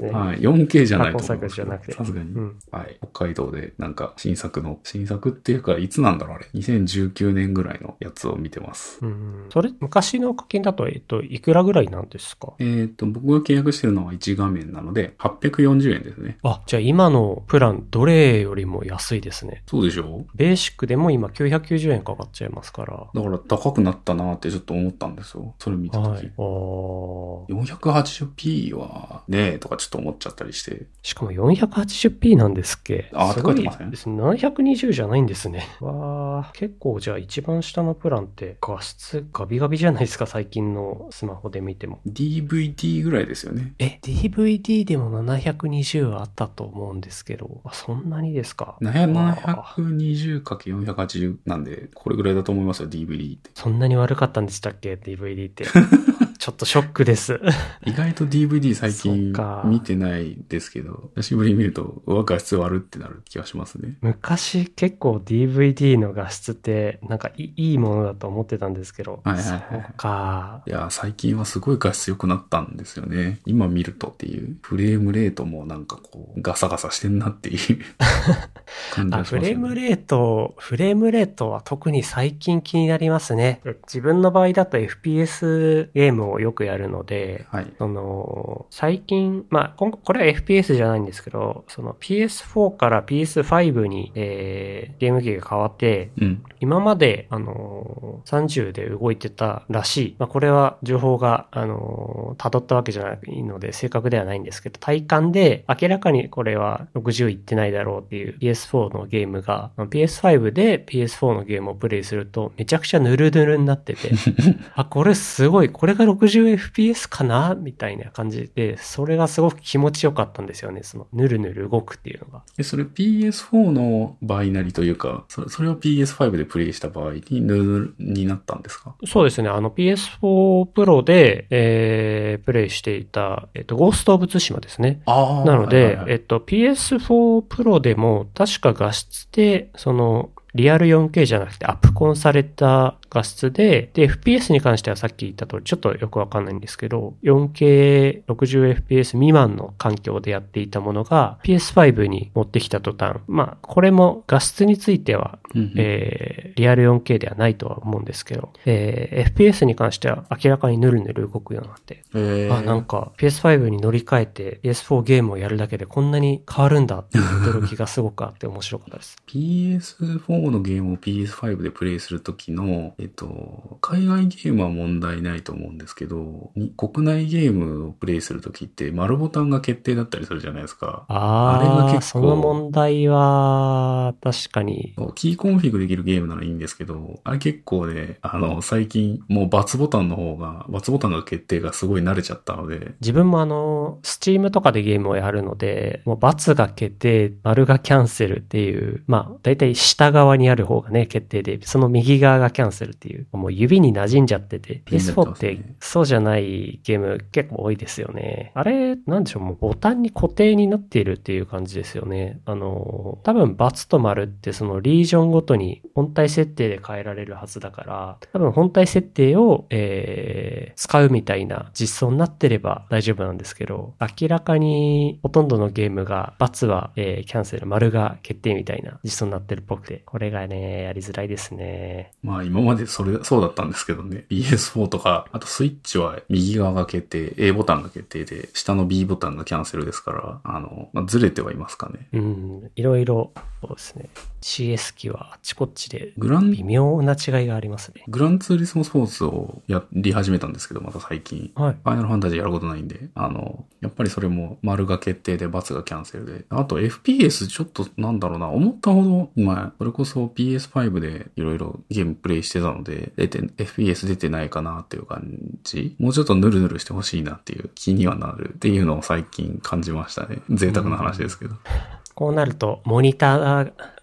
S1: ね。
S2: はい。よんケー じゃないと思います。
S1: 過去作じゃなくて。
S2: さすがに、
S1: うん。
S2: はい。北海道でなんか新作の、新作っていうかいつなんだろうあれ。にせんじゅうきゅうねんぐらいのやつを見てます。
S1: うん。それ、昔の課金だと、えっと、いくらぐらいなんですか？
S2: えっと、僕が契約してるのは一画面なので、はっぴゃくよんじゅうえんですね。
S1: あ、じゃあ今のプラン、どれよりも安いですね。
S2: そうでしょ？
S1: ベーシックでも今きゅうひゃくきゅうじゅうえんかかっちゃいますから。
S2: だから高くなったなってちょっと思ったんですよ。それ見たとき。
S1: はい。あー。
S2: よんひゃくはちじゅうピー はねえとかちょっと思っちゃったりして。
S1: しかも よんひゃくはちじゅうピー なんですっけ？
S2: あーって書いてません？
S1: ですね。ななひゃくにじゅうじゃないんですね。わー。結構じゃあ一番下のプランって画質ガビガビじゃないですか、最近のスマホで見ても。
S2: ディーブイディー ぐらいですよね。
S1: え、ディーブイディー でもななひゃくにじゅうあったと思うんですけど。あ、そんなにですか？
S2: ななひゃくにじゅうかけるよんひゃくはちじゅう なんで、これぐらいだと思いますよ、ディーブイディー って。
S1: そんなに悪かったんでしたっけ ディーブイディー って。ちょっとショックです。
S2: 意外と ディーブイディー 最近
S1: そっか
S2: 見てないですけど、久しぶりに見ると、うわ、画質悪ってなる気がしますね。
S1: 昔結構 ディーブイディー の画質ってなんかいいいものだと思ってたんですけど。
S2: はいはいはい。
S1: そうか。
S2: いや、最近はすごい画質良くなったんですよね。今見るとっていう。フレームレートもなんかこう、ガサガサしてんなっていう感じがしますね。
S1: フレームレート、フレームレートは特に最近気になりますね。自分の場合だと エフピーエス ゲームをよくやるので、
S2: はい。
S1: その、最近、まあ、これは エフピーエス じゃないんですけど、その ピーエスフォー から ピーエスファイブ に、えー、ゲーム機が変わって、
S2: うん。
S1: 今まで、あのー、さんじゅうで動いてたらしい。まあ、これは情報が、あのー、辿ったわけじゃないので正確ではないんですけど、体感で明らかにこれはろくじゅういってないだろうっていう ピーエスフォー のゲームが、ピーエスファイブ で ピーエスフォー のゲームをプレイするとめちゃくちゃヌルヌルになってて、あ、これすごい、これが ろくじゅうエフピーエス かなみたいな感じで、それがすごく気持ちよかったんですよね。そのヌルヌル動くっていうのが。
S2: え、それ ピーエスフォー のバイナリというか、それ、それを ピーエスファイブ でプレイした場合にヌルヌルになったんですか？
S1: そうですね。あの ピーエスフォー Pro で、えー、プレイしていた、えっと、ゴースト・オブ・ツシマですね。
S2: ああ。
S1: なので、
S2: はいはいはい、
S1: えっと、ピーエスフォー Pro でも確か画質で、その、リアル よんケー じゃなくてアップコンされた画質で、で、エフピーエス に関してはさっき言った通りちょっとよくわかんないんですけど、よんケーろくじゅうエフピーエス 未満の環境でやっていたものが ピーエスファイブ に持ってきた途端、まあ、これも画質については、
S2: うんうん、
S1: えー、リアル よんケー ではないとは思うんですけど、えー、エフピーエス に関しては明らかにヌルヌル動くようになって、
S2: えー、
S1: あ、なんか ピーエスファイブ に乗り換えて ピーエスフォー ゲームをやるだけでこんなに変わるんだっていう驚きがすごくあって面白かったです。
S2: ピーエスフォー のゲームを ピーエスファイブ でプレイするときの、えっと、海外ゲームは問題ないと思うんですけど、国内ゲームをプレイするときって丸ボタンが決定だったりするじゃないですか。
S1: ああ、あれが結構その問題は確かに。
S2: キーコンフィグできるゲームならいいんですけど、あれ結構ね、あの、最近もう×ボタンの方が、×ボタンの決定がすごい慣れちゃったので。
S1: 自分もあの、スチームとかでゲームをやるので、もう×が決定、丸がキャンセルっていう、まあ、だいたい下側にある方がね、決定で、その右側がキャンセルっていう、もう指に馴染んじゃってて、ピーエスフォー ってそうじゃないゲーム結構多いですよね。あれ、なんでしょう、もうボタンに固定になっているっていう感じですよね。あの、多分×と丸ってそのリージョンごとに本体設定で変えられるはずだから、多分本体設定を、えー、使うみたいな実装になってれば大丈夫なんですけど、明らかにほとんどのゲームが×は、えー、キャンセル、丸が決定みたいな実装になってるっぽくて、これがね、やりづらいですね。
S2: まあ今までそれ、そうだったんですけどね。ピーエスフォー とか、あとスイッチは右側が決定、A ボタンが決定で、下の B ボタンがキャンセルですから、あの、まあ、ずれてはいますかね。
S1: うん、いろいろ、そうですね。シーエス 機はあっちこっちで
S2: グラン
S1: 微妙な違いがありますね。
S2: グランツーリスモスポーツをやり始めたんですけど、また最近。
S1: はい。
S2: ファイナルファンタジーやることないんで、あの、やっぱりそれも丸が決定で×がキャンセルで。あと エフピーエス ちょっとなんだろうな、思ったほど、まあ、それこそ ピーエスファイブ でいろいろゲームプレイしてたので、出て、エフピーエス 出てないかなっていう感じ。もうちょっとヌルヌルしてほしいなっていう気にはなるっていうのを最近感じましたね。贅沢な話ですけど。
S1: こうなると、モニター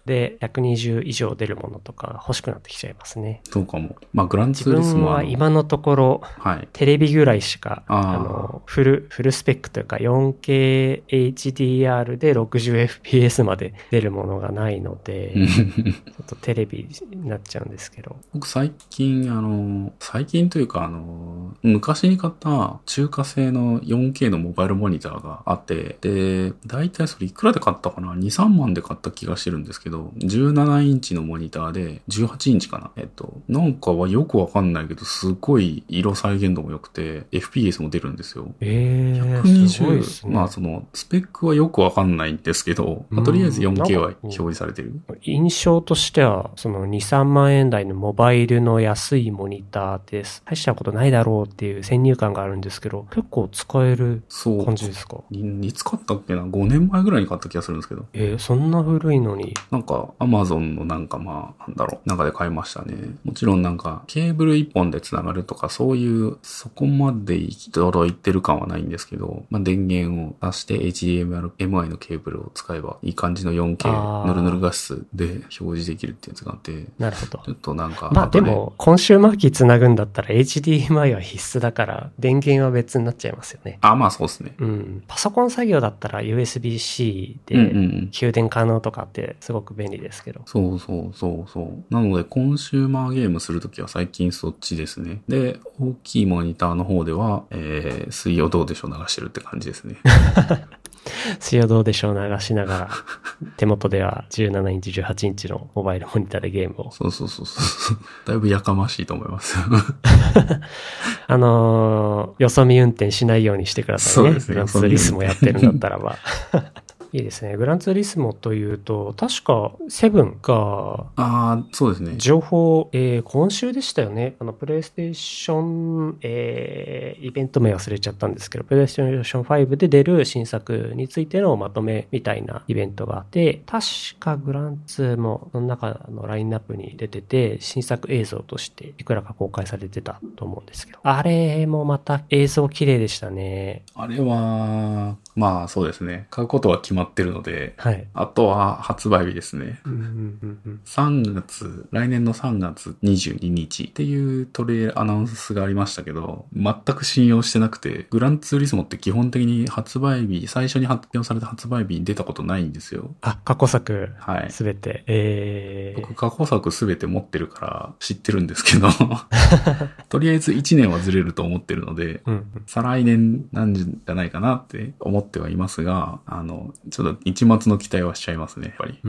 S1: でひゃくにじゅう以上出るものとか欲しくなってきちゃいますね。
S2: そうかも。まあグランツ
S1: 自
S2: ーリスモは
S1: 分は今のところ、
S2: はい、
S1: テレビぐらいしか、
S2: あ
S1: あの、フル、フルスペックというか よんケーエイチディーアール で ろくじゅうエフピーエス まで出るものがないので、ちょっとテレビになっちゃうんですけど。
S2: 僕最近、あの、最近というか、あの、昔に買った中華製の よんケー のモバイルモニターがあって、で、だいたいそれいくらで買ったかな ?に、さんまんで買った気がしてるんですけど、じゅうななインチのモニターでじゅうはちインチかなえっと、なんかはよくわかんないけど、すごい色再現度も良くて、エフピーエス も出るんですよ。
S1: えー、
S2: ひゃくにじゅう、
S1: すごいですね。
S2: まあその、スペックはよくわかんないんですけど、まあ、とりあえず よんケー は表示されてる。
S1: 印象としては、そのに、さんまん円台のモバイルの安いモニターです。大したことないだろうっていう先入観があるんですけど、結構使える感じですか？
S2: いつ買ったっけな ?ご 年前ぐらいに買った気がするんですけど。
S1: えー、そんな古いのに。
S2: なんか、アマゾンのなんかまあ、なんだろう、中で買いましたね。もちろんなんか、ケーブル一本で繋がるとか、そういう、そこまで届いてる感はないんですけど、まあ電源を足して エイチディーエムアイ のケーブルを使えば、いい感じの よんケー ヌルヌル画質で表示できるってやつがあって、
S1: なるほど。
S2: ちょっとなんか、
S1: まあでも、コンシューマー機繋ぐんだったら エイチディーエムアイ は必須だから、電源は別になっちゃいますよね。
S2: あ、まあそうですね。
S1: うん。パソコン作業だったら ユーエスビー-C で、給電可能とかってすごく便利ですけど。
S2: そうそうそうそう。なので、コンシューマーゲームするときは最近そっちですね。で、大きいモニターの方では、えー、水曜どうでしょう流してるって感じですね。
S1: 水曜どうでしょう流しながら、手元ではじゅうななインチ、じゅうはちインチのモバイルモニターでゲームを。
S2: そうそうそうそう。だいぶやかましいと思います。
S1: あのー、よそ見運転しないようにしてくださいね。そうですね。グランツーリスモやってるんだったらば。いいですね。グランツーリスモというと、確かセブンが、
S2: ああ、そうですね。
S1: 情報、えー、今週でしたよね。あの、プレイステーション、えー、イベント名忘れちゃったんですけど、プレイステーションファイブで出る新作についてのまとめみたいなイベントがあって、確かグランツーもその中のラインナップに出てて、新作映像としていくらか公開されてたと思うんですけど、あれもまた映像綺麗でしたね。
S2: あれは、まあそうですね。買うことは決まってるので、
S1: はい。
S2: あとは発売日ですね。
S1: うんうんうんうん、
S2: さんがつ、来年のさんがつにじゅうににちっていうトレアナウンスがありましたけど、全く信用してなくて、グランツーリスモって基本的に発売日、最初に発表された発売日に出たことないんですよ。
S1: あ、過去作。
S2: はい。
S1: すべて。えー、
S2: 僕過去作すべて持ってるから知ってるんですけど、とりあえずいちねんはずれると思ってるので、うんうん、再来年なんじゃないかなって思ってはいますが、あの、ちょっと一末の期待はしちゃいますね、やっぱり。
S1: うん。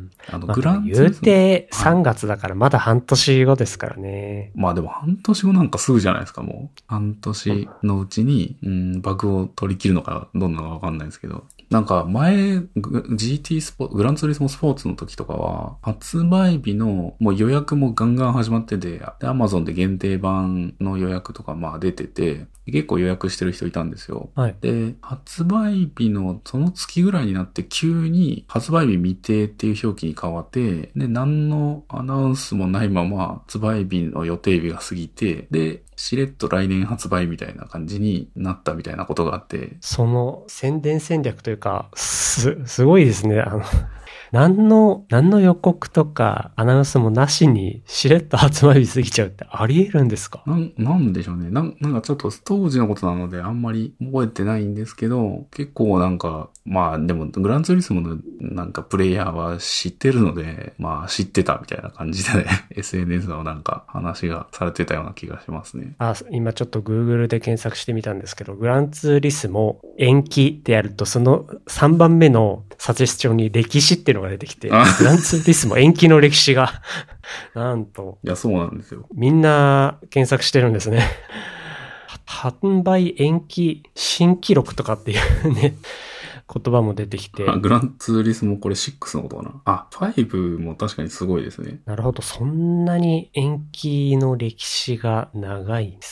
S2: あの、
S1: まあ、
S2: グランツーリスモ。
S1: 言うてさんがつだからまだ半年後ですからね。
S2: まあでも半年後なんかすぐじゃないですか、もう。半年のうちに、うん、バグを取り切るのかどんなのかわかんないですけど。なんか前、ジーティー スポ、グランツーリスモスポーツの時とかは、発売日のもう予約もガンガン始まってて、で、Amazon で限定版の予約とかまあ出てて、結構予約してる人いたんですよ。
S1: はい。
S2: で、発売日のその月ぐらいになって急に発売日未定っていう表記に変わって、で、何のアナウンスもないまま発売日の予定日が過ぎて、で、しれっと来年発売みたいな感じになったみたいなことがあって。
S1: その宣伝戦略というか、す、すごいですね。あの、何の、何の予告とかアナウンスもなしにしれっと発売日過ぎちゃうってあり得るんですか？
S2: なん、なんでしょうね。なん、なんかちょっと当時のことなのであんまり覚えてないんですけど、結構なんか、まあでもグランツーリスモのなんかプレイヤーは知ってるので、まあ知ってたみたいな感じで、ね、エスエヌエス のなんか話がされてたような気がしますね。
S1: あ、今ちょっと Google で検索してみたんですけど、グランツーリスモ延期ってやるとそのさんばんめのサジェスチョンに歴史っていうのが出てきて、グランツーリスモ延期の歴史が、なんと。
S2: いや、そうなんですよ。
S1: みんな検索してるんですね。販売延期新記録とかっていうね、言葉も出てきて。
S2: グランツーリスモこれろくのことかな。あ、ごも確かにすごいですね。
S1: なるほど。そんなに延期の歴史が長いんですか。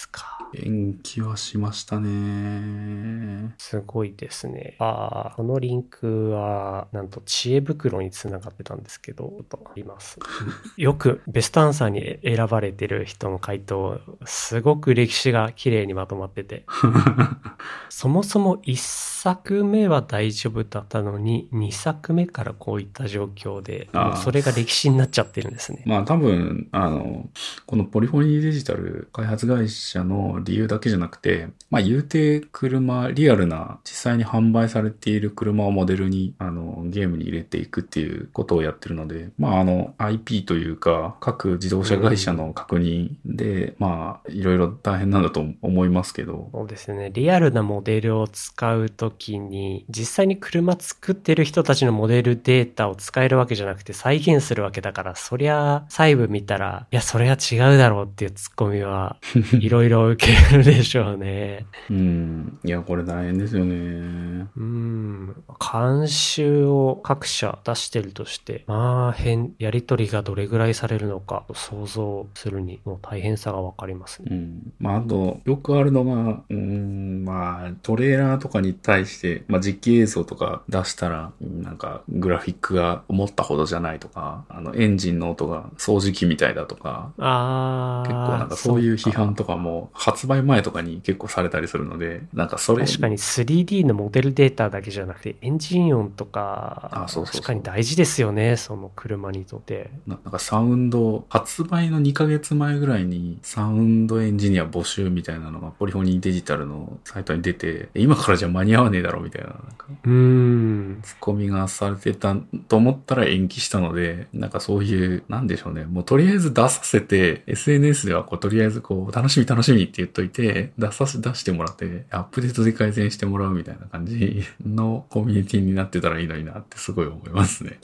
S2: 延期はしましたね。
S1: すごいですね。ああ、このリンクは、なんと知恵袋につながってたんですけど、とあります。よくベストアンサーに選ばれてる人の回答、すごく歴史が綺麗にまとまってて。そもそもいっさくめは大丈夫だったのに、にさくめからこういった状況で、もうそれが歴史になっちゃってるんですね。
S2: まあ多分、あの、このポリフォニーデジタル開発会社の理由だけじゃなくて、まあ言うて車、リアルな実際に販売されている車をモデルに、あの、ゲームに入れていくっていうことをやってるので、まああの、アイピー というか、各自動車会社の確認で、うん、まあいろいろ大変なんだと思いますけど。
S1: そうですね。リアルなモデルを使うときに、実際に車作ってる人たちのモデルデータを使えるわけじゃなくて再現するわけだから、そりゃ細部見たら、いや、それは違うだろうっていうツッコミはいろいろ受けるでしょうね。
S2: うん。いや、これ大変ですよね。
S1: うん。監修を各社出してるとして、まあ、変、やりとりがどれぐらいされるのか想像するに、もう大変さがわかりますね。
S2: うん。まあ、あと、よくあるのが、うん、まあ、トレーラーとかに対して、まあ、実機映像とか出したら、なんか、グラフィックが思ったほどじゃないとか、あの、エンジンの音が掃除機みたいだとか、
S1: あ
S2: 結構なんかそういう批判とかも発売前とかに結構されたりするので、なんかそれ。
S1: 確かに スリーディー のモデルデータだけじゃなくて、エンジン音とか、
S2: あ、そうそうそう。
S1: 確かに大事ですよね、その車にとって。
S2: な, なんかサウンド、発売のにかげつまえぐらいにサウンドエンジニア募集みたいなのがポリフォニーデジタルのサイトに出て、今からじゃ間に合わねえだろみたいな、なんか、
S1: うーん。
S2: ツッコミがされてたと思ったら延期したので、なんかそういう、なんでしょうね、もうとりあえず出させて、エスエヌエス ではこうとりあえずこう、楽しみ楽しみって言っといて、出させ、出してもらって、アップデートで改善してもらうみたいな感じのコミュニティになってたらいいのになってすごい思いますね。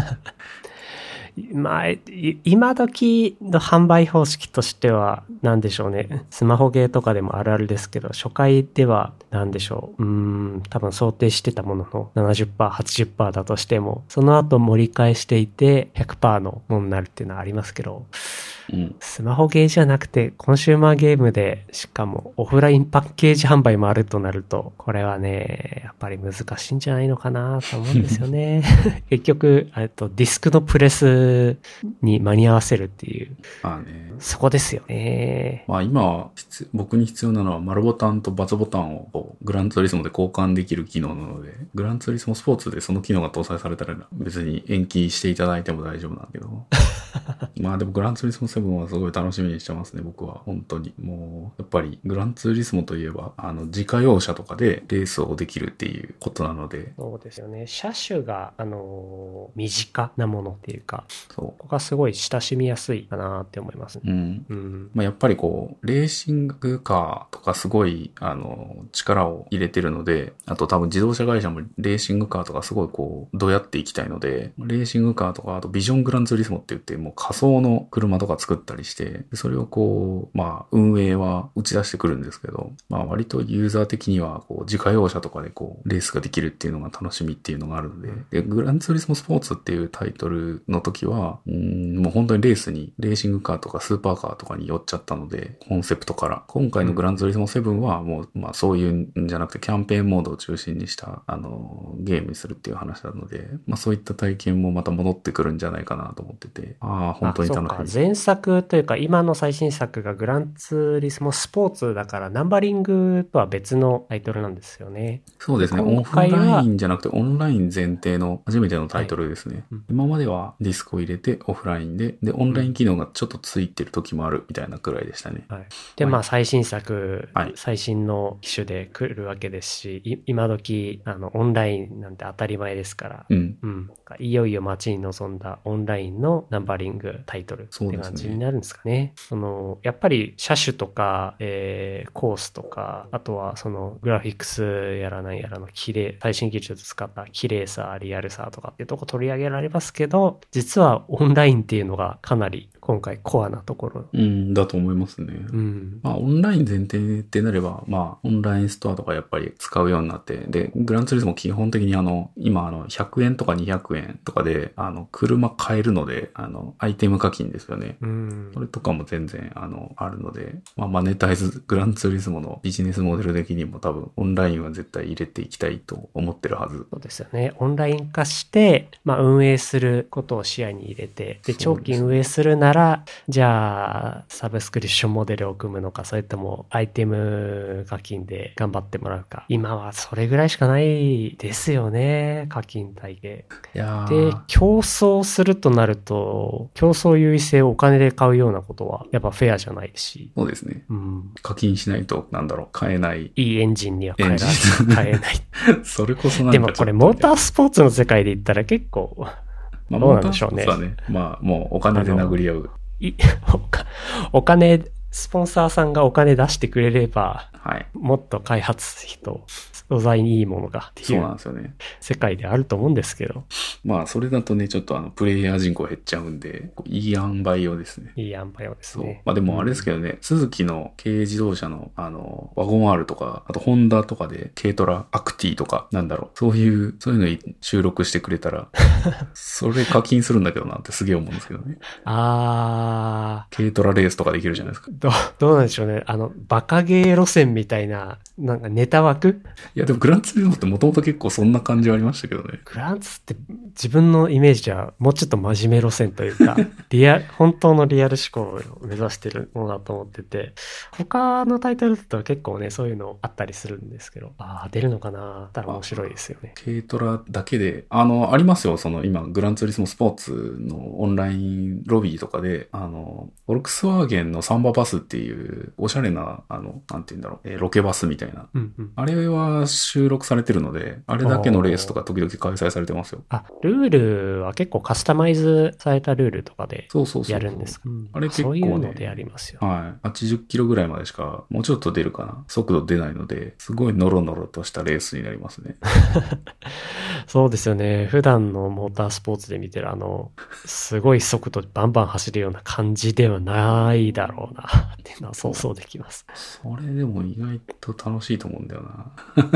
S1: まあ、今時の販売方式としては、なんでしょうね。スマホゲーとかでもあるあるですけど、初回では、なんでしょう。うーん、多分想定してたものの ななじゅっパーセント、はちじゅっパーセント だとしても、その後盛り返していて ひゃくパーセント のものになるっていうのはありますけど、うん、スマホゲーじゃなくてコンシューマーゲームで、しかもオフラインパッケージ販売もあるとなると、これはね、やっぱり難しいんじゃないのかなと思うんですよね。結局、えっと、ディスクのプレスに間に合わせるっていう。
S2: まあね。
S1: そこですよね。
S2: まあ今は僕に必要なのは丸ボタンと×ボタンをこうグランツーリスモで交換できる機能なので、グランツーリスモスポーツでその機能が搭載されたら別に延期していただいても大丈夫なんだけど。まあでもグランツーリスモセブンはすごい楽しみにしてますね、僕は。本当に。もう、やっぱりグランツーリスモといえば、あの、自家用車とかでレースをできるっていうことなので。
S1: そうですよね。車種が、あのー、身近なものっていうか、
S2: そう。
S1: ここがすごい親しみやすいかなって思いますね。
S2: うん。
S1: うん。
S2: まあやっぱりこう、レーシングカーとかすごい、あの、力を入れてるので、あと多分自動車会社もレーシングカーとかすごいこう、どうやっていきたいので、レーシングカーとか、あとビジョングランツーリスモって言って、もう仮想の車とか作ったりして、それをこう、まあ、運営は打ち出してくるんですけど、まあ、割とユーザー的には、こう、自家用車とかでこう、レースができるっていうのが楽しみっていうのがあるので、で、グランツーリスモスポーツっていうタイトルの時は、うーん、もう本当にレースに、レーシングカーとかスーパーカーとかに寄っちゃったので、コンセプトから。今回のグランツーリスモセブンは、もう、まあ、そういうんじゃなくて、キャンペーンモードを中心にした、あの、ゲームにするっていう話なので、まあ、そういった体験もまた戻ってくるんじゃないかなと思ってて、ああ、本当に楽しみ。
S1: 前作というか今の最新作がグランツーリスモスポーツだからナンバリングとは別のタイトルなんですよね。
S2: そうですね。オフラインじゃなくてオンライン前提の初めてのタイトルですね。はいうん、今まではディスクを入れてオフラインで、で、オンライン機能がちょっとついてる時もあるみたいなくらいでしたね。
S1: はい、で、まあ最新作、
S2: はい、
S1: 最新の機種で来るわけですし、今時あのオンラインなんて当たり前ですから、
S2: うん
S1: うん、いよいよ待ちに臨んだオンラインのナンバリングタイトルって感じになるんですかね。そのやっぱり車種とか、えー、コースとか、あとはそのグラフィックスやらなんやらの綺麗、最新技術を使った綺麗さ、リアルさとかっていうとこ取り上げられますけど、実はオンラインっていうのがかなり今回コアなところ。
S2: うん、だと思いますね。
S1: うん。
S2: まあ、オンライン前提ってなれば、まあ、オンラインストアとかやっぱり使うようになって、で、グランツーリスモ基本的にあの、今あの、ひゃくえんとかにひゃくえんとかで、あの、車買えるので、あの、アイテム課金ですよね。
S1: うん。
S2: それとかも全然、あの、あるので、まあ、マネタイズ、グランツーリスモのビジネスモデル的にも多分、オンラインは絶対入れていきたいと思ってるはず。
S1: そうですよね。オンライン化して、まあ、運営することを視野に入れて、で、長期運営するなら、じゃあ、サブスクリプションモデルを組むのか、それとも、アイテム課金で頑張ってもらうか。今はそれぐらいしかないですよね。課金体系。
S2: いや
S1: で、競争するとなると、競争優位性をお金で買うようなことは、やっぱフェアじゃないし。
S2: そうですね。
S1: うん。
S2: 課金しないと、なんだろう、買えない。
S1: いいエンジンには変えられ買えない。
S2: それこそなんか
S1: でもこれ、モータースポーツの世界で言ったら結構、
S2: まあ、
S1: どうなんでしょうね。
S2: モータースポーツはね、まあ、もうお金で殴り合う。
S1: いお金、スポンサーさんがお金出してくれれば、
S2: はい、
S1: もっと開発費と素材にいいものがっていう、
S2: そうなんですよね。
S1: 世界であると思うんですけど。
S2: まあ、それだとね、ちょっとあの、プレイヤー人口減っちゃうんで、いい塩梅をですね。
S1: いい塩梅をですね。
S2: まあでもあれですけどね、うん、スズキの軽自動車の、あの、ワゴン R とか、あとホンダとかで、軽トラ、アクティとか、なんだろう、そういう、そういうのに収録してくれたら、それ課金するんだけどなってすげえ思うんですけどね。
S1: あ
S2: ー。軽トラレースとかできるじゃないですか。
S1: ど、どうなんでしょうね。あの、バカゲー路線みたいな、なんかネタ枠
S2: いやでもグランツーリスモってもともと結構そんな感じはありましたけどね。
S1: グランツって自分のイメージはもうちょっと真面目路線というか、リア、本当のリアル思考を目指してるものだと思ってて、他のタイトルだと結構ね、そういうのあったりするんですけど、ああ、出るのかなったら面白いですよね。
S2: 軽トラだけで、あの、ありますよ、その今、グランツーリスモスポーツのオンラインロビーとかで、あの、フォルクスワーゲンのサンババスっていう、おしゃれな、あの、なんて言うんだろう、えー、ロケバスみたいな、
S1: うんうん。
S2: あれは収録されてるので、あれだけのレースとか時々開催されてますよ。
S1: あ、ルールは結構カスタマイズされたルールとかでやるんですか？
S2: そうそうそう。あれ結構ね、
S1: そういうのでやりますよ。
S2: はい。はちじゅっキロぐらいまでしか、もうちょっと出るかな。速度出ないので、すごいノロノロとしたレースになりますね。
S1: そうですよね。普段のモータースポーツで見てるあの、すごい速度でバンバン走るような感じではないだろうな、っていうのは想像できます。
S2: それでも意外と楽しいと思うんだよな。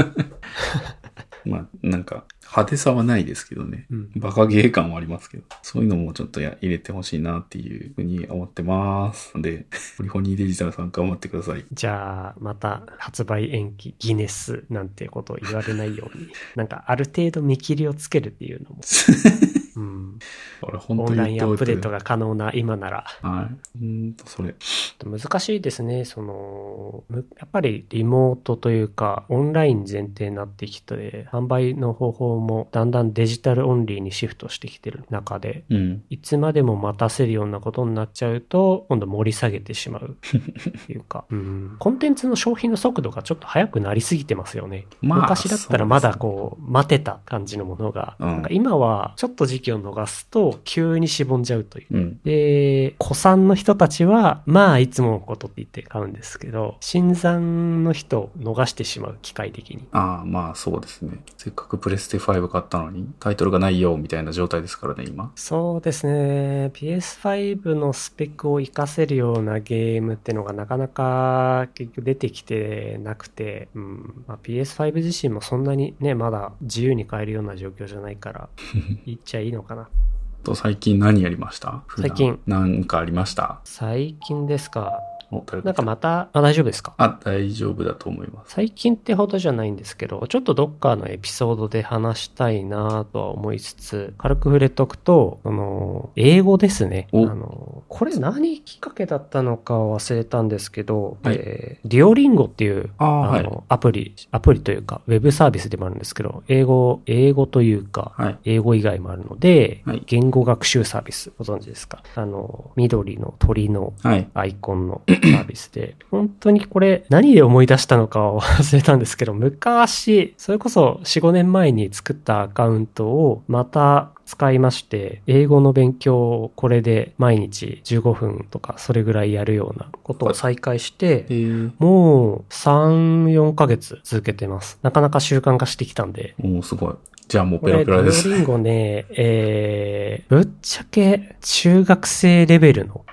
S2: まあ、なんか、派手さはないですけどね。うん、バカゲー感はありますけど。そういうのもちょっとや入れてほしいなっていうふうに思ってます。で、ポリフォニーデジタルさん頑張ってください。
S1: じゃあ、また発売延期、ギネスなんてことを言われないように、なんかある程度見切りをつけるっていうのも。うん、
S2: 俺本当に
S1: オンラインアップデートが可能な今なら。
S2: はい。うんと、それ。
S1: 難しいですね。その、やっぱりリモートというか、オンライン前提になってきて、販売の方法もだんだんデジタルオンリーにシフトしてきてる中で、
S2: うん、
S1: いつまでも待たせるようなことになっちゃうと、今度盛り下げてしまうっていうか、うん、コンテンツの消費の速度がちょっと速くなりすぎてますよね。まあ、昔だったらまだこう、待てた感じのものが、うん、なんか今はちょっと時期を逃すと急にしぼんじゃうという。うん、で、古参の人たちは、まあいつものことって言って買うんですけど、新参の人を逃してしまう、機械的に。
S2: ああ、まあそうですね。せっかくプレステファイブ買ったのに、タイトルがないよ、みたいな状態ですからね、今。
S1: そうですね。ピーエスファイブ のスペックを活かせるようなゲームってのがなかなか結局出てきてなくて、うんまあ、ピーエスファイブ 自身もそんなにね、まだ自由に買えるような状況じゃないから、言っちゃいいのかな。
S2: と最近何やりました？
S1: 最近。
S2: なんかありました？
S1: 最近ですか。
S2: お
S1: なんかまた、あ、大丈夫ですか？
S2: あ、大丈夫だと思います。
S1: 最近ってほどじゃないんですけど、ちょっとどっかのエピソードで話したいなとは思いつつ、軽く触れとくと、あの、英語ですね。あの、これ何きっかけだったのか忘れたんですけど、はい、えー、デュオリンゴっていう、
S2: ああ
S1: の、
S2: はい、
S1: アプリ、アプリというか、ウェブサービスでもあるんですけど、英語、英語というか、
S2: はい、
S1: 英語以外もあるので、
S2: はい、
S1: 言語学習サービス、ご存知ですか？あの、緑の鳥のアイコンのサービスで、はい本当にこれ何で思い出したのかを忘れたんですけど、昔、それこそよん、ごねんまえに作ったアカウントをまた使いまして、英語の勉強をこれで毎日じゅうごふんとかそれぐらいやるようなことを再開して、もうさん、よんかげつ続けてます。なかなか習慣化してきたんで。
S2: おー、すごい。じゃあもうペラペラです。
S1: デュオリンゴね、えー、ぶっちゃけ中学生レベルの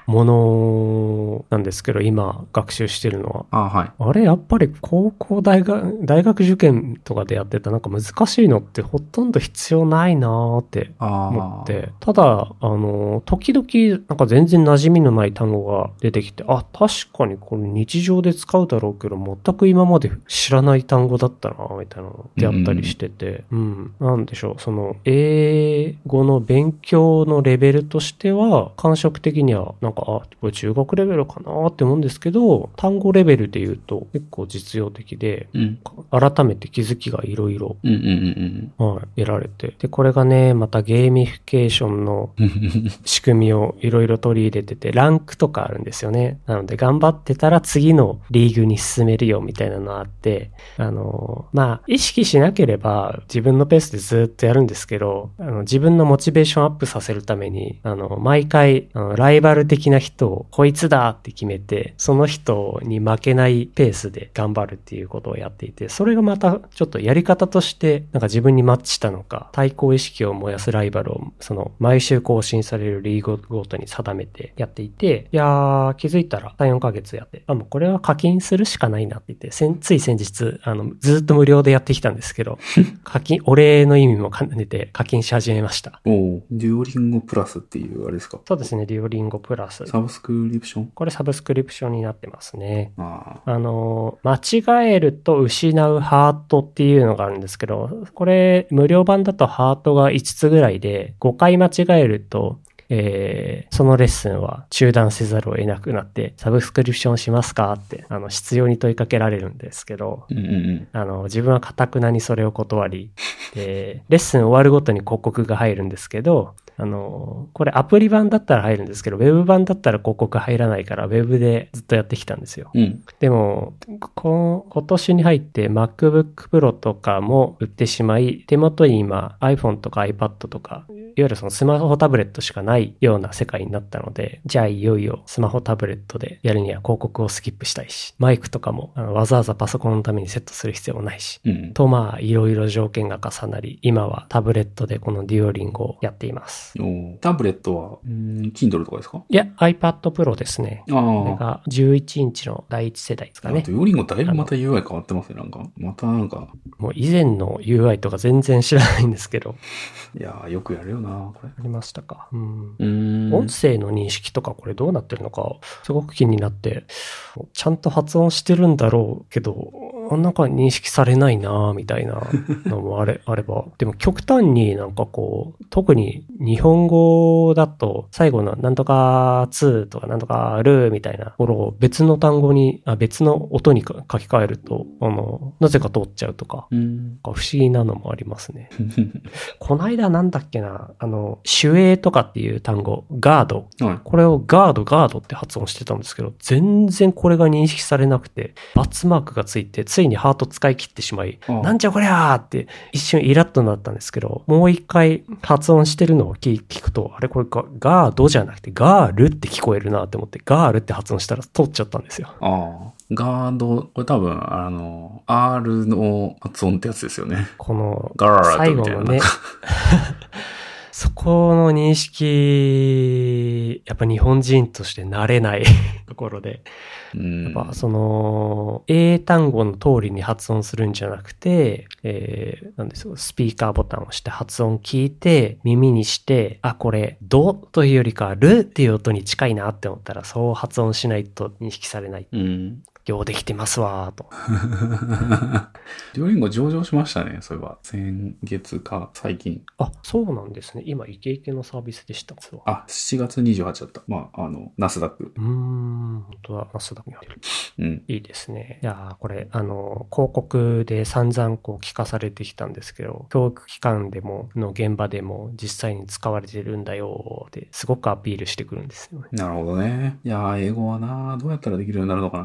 S1: ものなんですけど、今学習してるのは。
S2: あ、はい。
S1: あれ、やっぱり高校大学、大学受験とかでやってたなんか難しいのってほとんど必要ないなーって思って、ただ、あの、時々なんか全然馴染みのない単語が出てきて、あ、確かにこれ日常で使うだろうけど、全く今まで知らない単語だったな、みたいなのであったりしてて、うん、うん。なんでしょう、その、英語の勉強のレベルとしては、感触的には、なんか、あ、これ中学レベルかなって思うんですけど、単語レベルで言うと結構実用的で、うん、改めて気づきがいろいろ、はい、得られて。で、これがね、またゲーミフィケーションの仕組みをいろいろ取り入れてて、ランクとかあるんですよね。なので、頑張ってたら次のリーグに進めるよみたいなのがあって、あの、まあ、意識しなければ自分のペースでずっとやるんですけど、あの自分のモチベーションアップさせるために、あの、毎回、あのライバル的な人をこいつだって決めて、その人に負けないペースで頑張るっていうことをやっていて、それがまたちょっとやり方として、なんか自分にマッチしたのか、対抗意識を燃やすライバルを、その、毎週更新されるリーグごとに定めてやっていて、いやー、気づいたらさん、よんかげつやって、あ、もうこれは課金するしかないなって言って、つい先日、あの、ずっと無料でやってきたんですけど、課金、お礼の意味も兼ねて課金し始めました。
S2: おお、デュオリンゴプラスっていうあれですか？
S1: そうですね、デュオリンゴプラス。
S2: サブスクリプション？
S1: これサブスクリプションになってますね。ああの、間違えると失うハートっていうのがあるんですけど、これ無料版だとハートがいつつぐらいで、ごかい間違えると、えー、そのレッスンは中断せざるを得なくなって、サブスクリプションしますかって、あの、必要に問いかけられるんですけど、うんうんうん、あの、自分は堅くなにそれを断り、で、レッスン終わるごとに広告が入るんですけど、あの、これアプリ版だったら入るんですけど、ウェブ版だったら広告入らないから、ウェブでずっとやってきたんですよ。うん、でも、こ今年に入って MacBook Pro とかも売ってしまい、手元に今 iPhone とか iPad とか、いわゆるそのスマホタブレットしかないような世界になったので、じゃあいよいよスマホタブレットでやるには広告をスキップしたいし、マイクとかもあのわざわざパソコンのためにセットする必要もないし、うん、とまあいろいろ条件が重なり、今はタブレットでこのデュオリンゴをやっています。
S2: おタブレットは、うん、Kindle とかですか？
S1: いや、iPad Pro ですね。ああ。これがじゅういちインチの第一世代ですかね。
S2: デュオリンゴだいぶまた ユーアイ 変わってますね、なんか。またなんか。
S1: もう以前の ユーアイ とか全然知らないんですけど。
S2: いやー、よくやるよな、これ。
S1: ありましたか。うん。うん音声の認識とかこれどうなってるのか、すごく気になって、ちゃんと発音してるんだろうけど、なんか認識されないなみたいなのもあれ、あれば。でも極端になんかこう、特に日本語だと最後のなんとかつとかなんとかるみたいなところを別の単語に、あ別の音に書き換えると、あの、なぜか通っちゃうとか、うん、不思議なのもありますね。こないだなんだっけな、あの、守衛とかっていう単語、ガード。はい、これをガード、ガードって発音してたんですけど、全然これが認識されなくて、バツマークがついて、ついにハート使い切ってしまい、なんじゃこりゃーって一瞬イラッとなったんですけど、もう一回発音してるのを聞くと、あれこれガガードじゃなくてガールって聞こえるなって思って、ガールって発音したら通っちゃったんですよ。あ
S2: あ。ガード、これ多分、あの、R の発音ってやつですよね。
S1: この、最後のね、そこの認識、やっぱ日本人として慣れないところで、やっぱその、英単語の通りに発音するんじゃなくて、えー、なんですよ、スピーカーボタンを押して発音聞いて、耳にして、あ、これ、ドというよりか、ルっていう音に近いなって思ったら、そう発音しないと認識されない。うんようできてますわーと。
S2: デュオリンゴ上場しましたね、そういえば。先月か、最近。
S1: あ、そうなんですね。今、イケイケのサービスでした。
S2: あ、しちがつにじゅうはちだった。まあ、あの、ナスダック。
S1: うーん、本当だ、ナスダックに入る。うん。いいですね。いやー、これ、あの、広告で散々こう聞かされてきたんですけど、教育機関でも、の現場でも実際に使われてるんだよって、すごくアピールしてくるんですよね。
S2: なるほどね。いやー、英語はな、どうやったらできるようになるのかな。まあ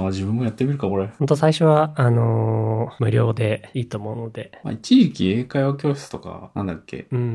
S2: 自分もやってみるか、これ。
S1: 本当最初は、あのー、無料でいいと思うので。
S2: まあ、一時期英会話教室とか、なんだっけ。
S1: うん。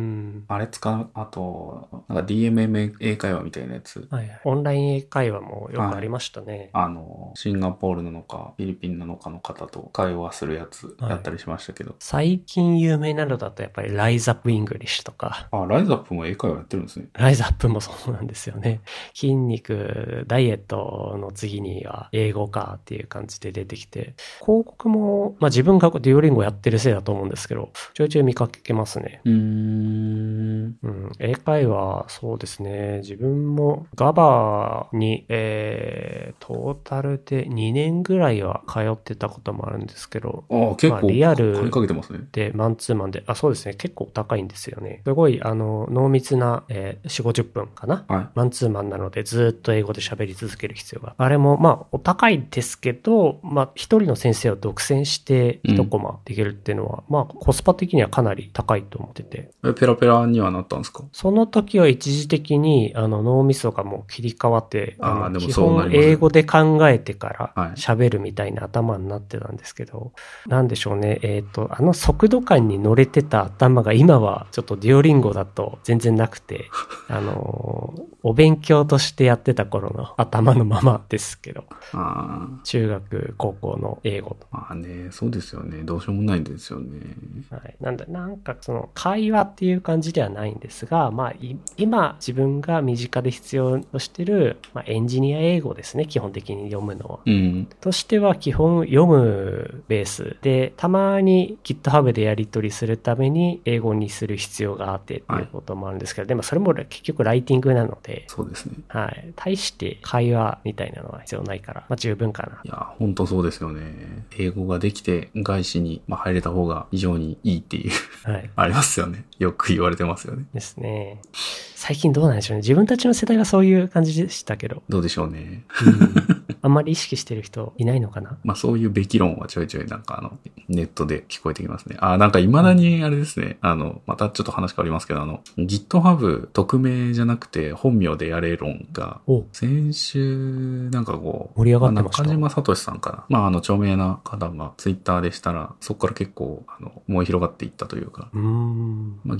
S2: あれ使う、あと、なんか ディーエムエム 英会話みたいなやつ。
S1: はいはい。オンライン英会話もよくありましたね。
S2: はい、あの、シンガポールなのか、フィリピンなのかの方と会話するやつ、やったりしましたけど。はい、
S1: 最近有名なのだとやっぱりライズアップイングリッシュとか。
S2: あ、ライズアップも英会話やってるんですね。
S1: ライズアップもそうなんですよね。筋肉、ダイエットの次には英語かっていう感じで出てきて、広告も、まあ自分がデュオリンゴやってるせいだと思うんですけど、ちょいちょい見かけますね。
S2: うーん。
S1: うん。英会話、そうですね。自分もガバに、えー、トータルでにねんぐらいは通ってたこともあるんですけど、
S2: ああ、結構、まあ、
S1: リアル
S2: かけてますね。
S1: で、マンツーマンで、あ、そうですね。結構高いんですよね。すごい、あの、濃密な、えー、よんじゅう、ごじゅっぷんかな、はい、マンツーマンなので、ずっと英語で喋り続ける必要が。あれも、まあ、お高いですけど、まあ、一人の先生を独占して一コマできるっていうのは、うん、まあ、コスパ的にはかなり高いと思ってて。
S2: え、ペラペラにはなったんですか？
S1: その時は一時的に、あの、脳みそがもう切り替わって、
S2: あの、
S1: 基本英語で考えてから喋るみたいな頭になってたんですけど、はい、なんでしょうね、えっと、あの速度感に乗れてた頭が今はちょっとデュオリンゴだと全然なくて、あの、お勉強としてやってた頃の頭のままですけど、あ中学、高校の英語と。
S2: まあね、そうですよね。どうしようもないんですよね。
S1: はい。なんだ、なんかその会話っていう感じではないんですが、まあ今自分が身近で必要としてる、まあ、エンジニア英語ですね、基本的に読むのは。
S2: うん、
S1: としては基本読むベースで、たまに GitHub でやり取りするために英語にする必要があってっていうこともあるんですけど、はい、でもそれも結局ライティングなので、
S2: そうですね。
S1: はい。対して会話みたいなのは必要ないから、まあ十分かな。
S2: いや、本当そうですよね。英語ができて外資に入れた方が非常にいいっていう、はい、ありますよね。よく言われてますよね。
S1: ですね。最近どうなんでしょうね。自分たちの世代はそういう感じでしたけど。
S2: どうでしょうね。
S1: うんあんまり意識してる人いないのかな。
S2: まあそういうべき論はちょいちょいなんかあの、ネットで聞こえてきますね。あ、なんか未だにあれですね。あの、またちょっと話変わりますけど、あの、GitHub 匿名じゃなくて本名でやれ論が、先週なんかこう、
S1: 盛り上がってました。
S2: 中島聡さんかな。まああの、著名な方がツイッターでしたら、そこから結構、あの、燃え広がっていったというか。
S1: うーん
S2: まあ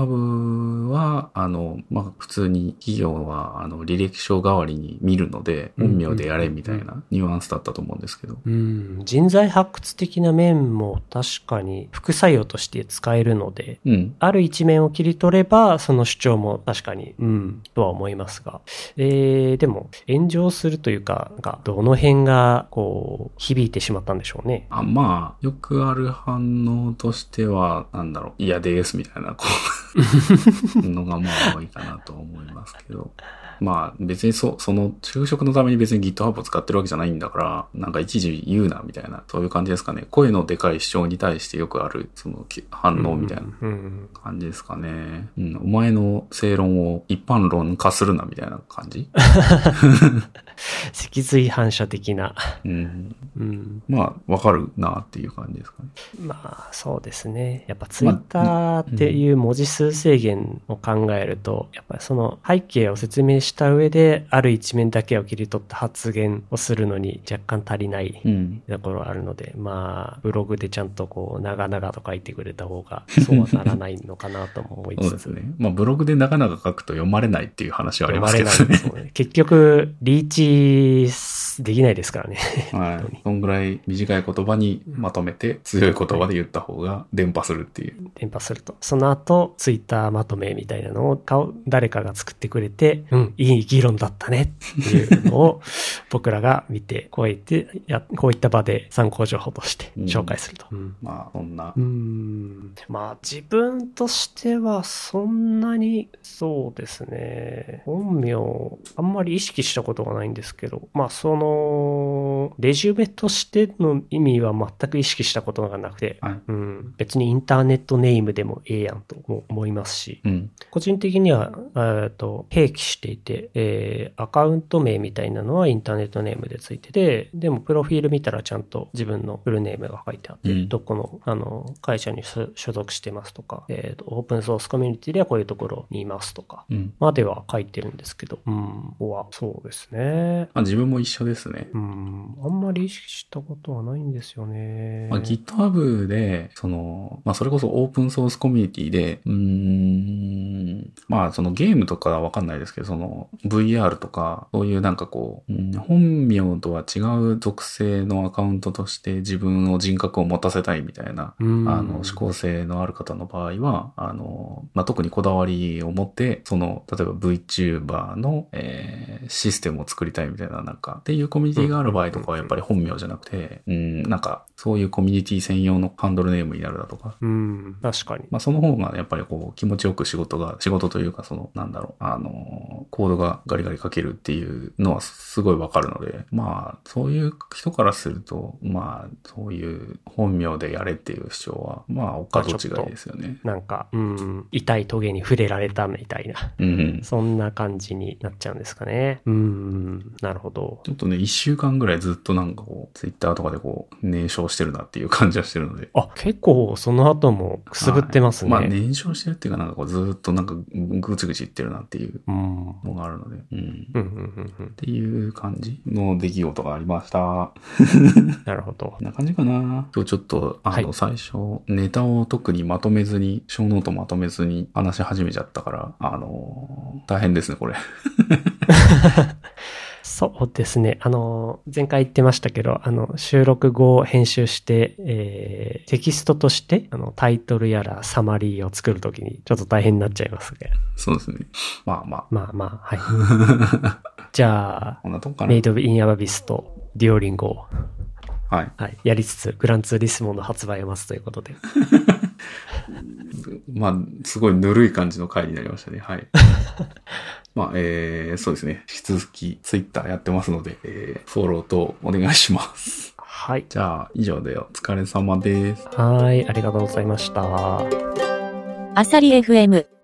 S2: GitHub は、あの、まあ普通に企業は、あの、履歴書代わりに見るので、本名でやれみたいな、ニュアンスだったと思うんですけど、
S1: うん、人材発掘的な面も確かに副作用として使えるので、うん、ある一面を切り取ればその主張も確かにうんとは思いますが、えー、でも炎上するというか、なんかどの辺がこう響いてしまったんでしょうね。
S2: あ、まあよくある反応としてはなんだろう、嫌ですみたいなこうのがまあ多いかなと思いますけど。まあ別にそ、その就職のために別に GitHub を使ってるわけじゃないんだから、なんか一時言うなみたいな、そういう感じですかね。声のでかい主張に対してよくある、その反応みたいな感じですかね。うん、お前の正論を一般論化するなみたいな感じ
S1: 脊髄反射的な。
S2: うんうん、まあわかるなっていう感じですかね。
S1: まあそうですね。やっぱ Twitter っていう文字数制限を考えると、やっぱりその背景を説明した上である一面だけを切り取った発言をするのに若干足りないところがあるので、うん、まあブログでちゃんとこう長々と書いてくれた方がそうはならないのかなとも思いつつ
S2: そうですね。まあブログで長々書くと読まれないっていう話はありますけどね。読まれないですね。
S1: 結局リーチできないですからね。
S2: はい。そんぐらい短い言葉にまとめて強い言葉で言った方が伝播するっていう。
S1: 伝播すると。その後ツイッターまとめみたいなのを顔誰かが作ってくれて、うん、いい議論だったねっていうのを僕らが見て、こう言ってや、こういった場で参考情報として紹介すると。
S2: うんうん、まあ、そんな。
S1: うーん。まあ、自分としてはそんなに、そうですね。本名、あんまり意識したことがないんですけど、まあ、その、レジュメとしての意味は全く意識したことがなくて、はい、うん、別にインターネットネームでもええやんと思いますし、うん、個人的には、えっと、併記していて、えー、アカウント名みたいなのはインターネットネームでついてて、でもプロフィール見たらちゃんと自分のフルネームが書いてあって、うん、どこの、あの、会社に所属してますとか、えっと、オープンソースコミュニティではこういうところにいますとか、うん、までは書いてるんですけど、うん、ここはそうですね。
S2: まあ、自分も一緒でですね。
S1: うん。あんまり意識したことはないんですよね。
S2: まあ、GitHub で、その、まあ、それこそオープンソースコミュニティで、うーん、まあ、そのゲームとかはわかんないですけど、その ブイアール とか、そういうなんかこう、うん、本名とは違う属性のアカウントとして自分の人格を持たせたいみたいな、あの、思考性のある方の場合は、あの、まあ、特にこだわりを持って、その、例えば VTuber の、えー、システムを作りたいみたいな、なんか、っていうコミュニティがある場合とかはやっぱり本名じゃなくて、うん、なんか、そういうコミュニティ専用のハンドルネームになるだとか。
S1: うん、確かに。
S2: まあ、その方がやっぱりこう、気持ちよく仕事が、仕事というか、その、なんだろう、あの、コードがガリガリ書けるっていうのはすごいわかるので、まあ、そういう人からすると、まあ、そういう本名でやれっていう主張は、まあ、お門違いですよね。
S1: なんか、うん、痛いトゲに触れられたみたいな。
S2: うん。
S1: そんな感じになっちゃうんですかね。うん、なるほど。
S2: ちょっとね、一週間ぐらいずっとなんかこう、ツイッターとかでこう、燃焼してるなっていう感じはしてるので。
S1: あ、結構その後もくすぶってますね。
S2: はい、まあ、燃焼してるっていうかなんかこう、ずっとなんかぐちぐち言ってるなっていうのがあるので。うん。うん、うん、うん。っていう感じの出来事がありました。
S1: なるほど。
S2: こんな感じかな。今日ちょっと、あの、はい、最初、ネタを特にまとめずに、小ノートまとめずに話し始めちゃったから、あのー、大変ですね、これ。
S1: そうですね。あの、前回言ってましたけど、あの、収録後編集して、えー、テキストとして、あの、タイトルやらサマリーを作るときにちょっと大変になっちゃいますね。
S2: そうですね。まあまあ。
S1: まあまあ、はい。じゃあ、
S2: こんなとこかな。
S1: メイドインアバビスとデュオリンゴを、
S2: はい。
S1: はい。やりつつ、グランツーリスモの発売を待つということで。
S2: まあ、すごいぬるい感じの回になりましたね。はい。まあ、えー、そうですね。引き続き、ツイッターやってますので、えー、フォローとお願いします。
S1: はい。
S2: じゃあ、以上でお疲れ様です。
S1: はい。ありがとうございました。
S3: あさり エフエム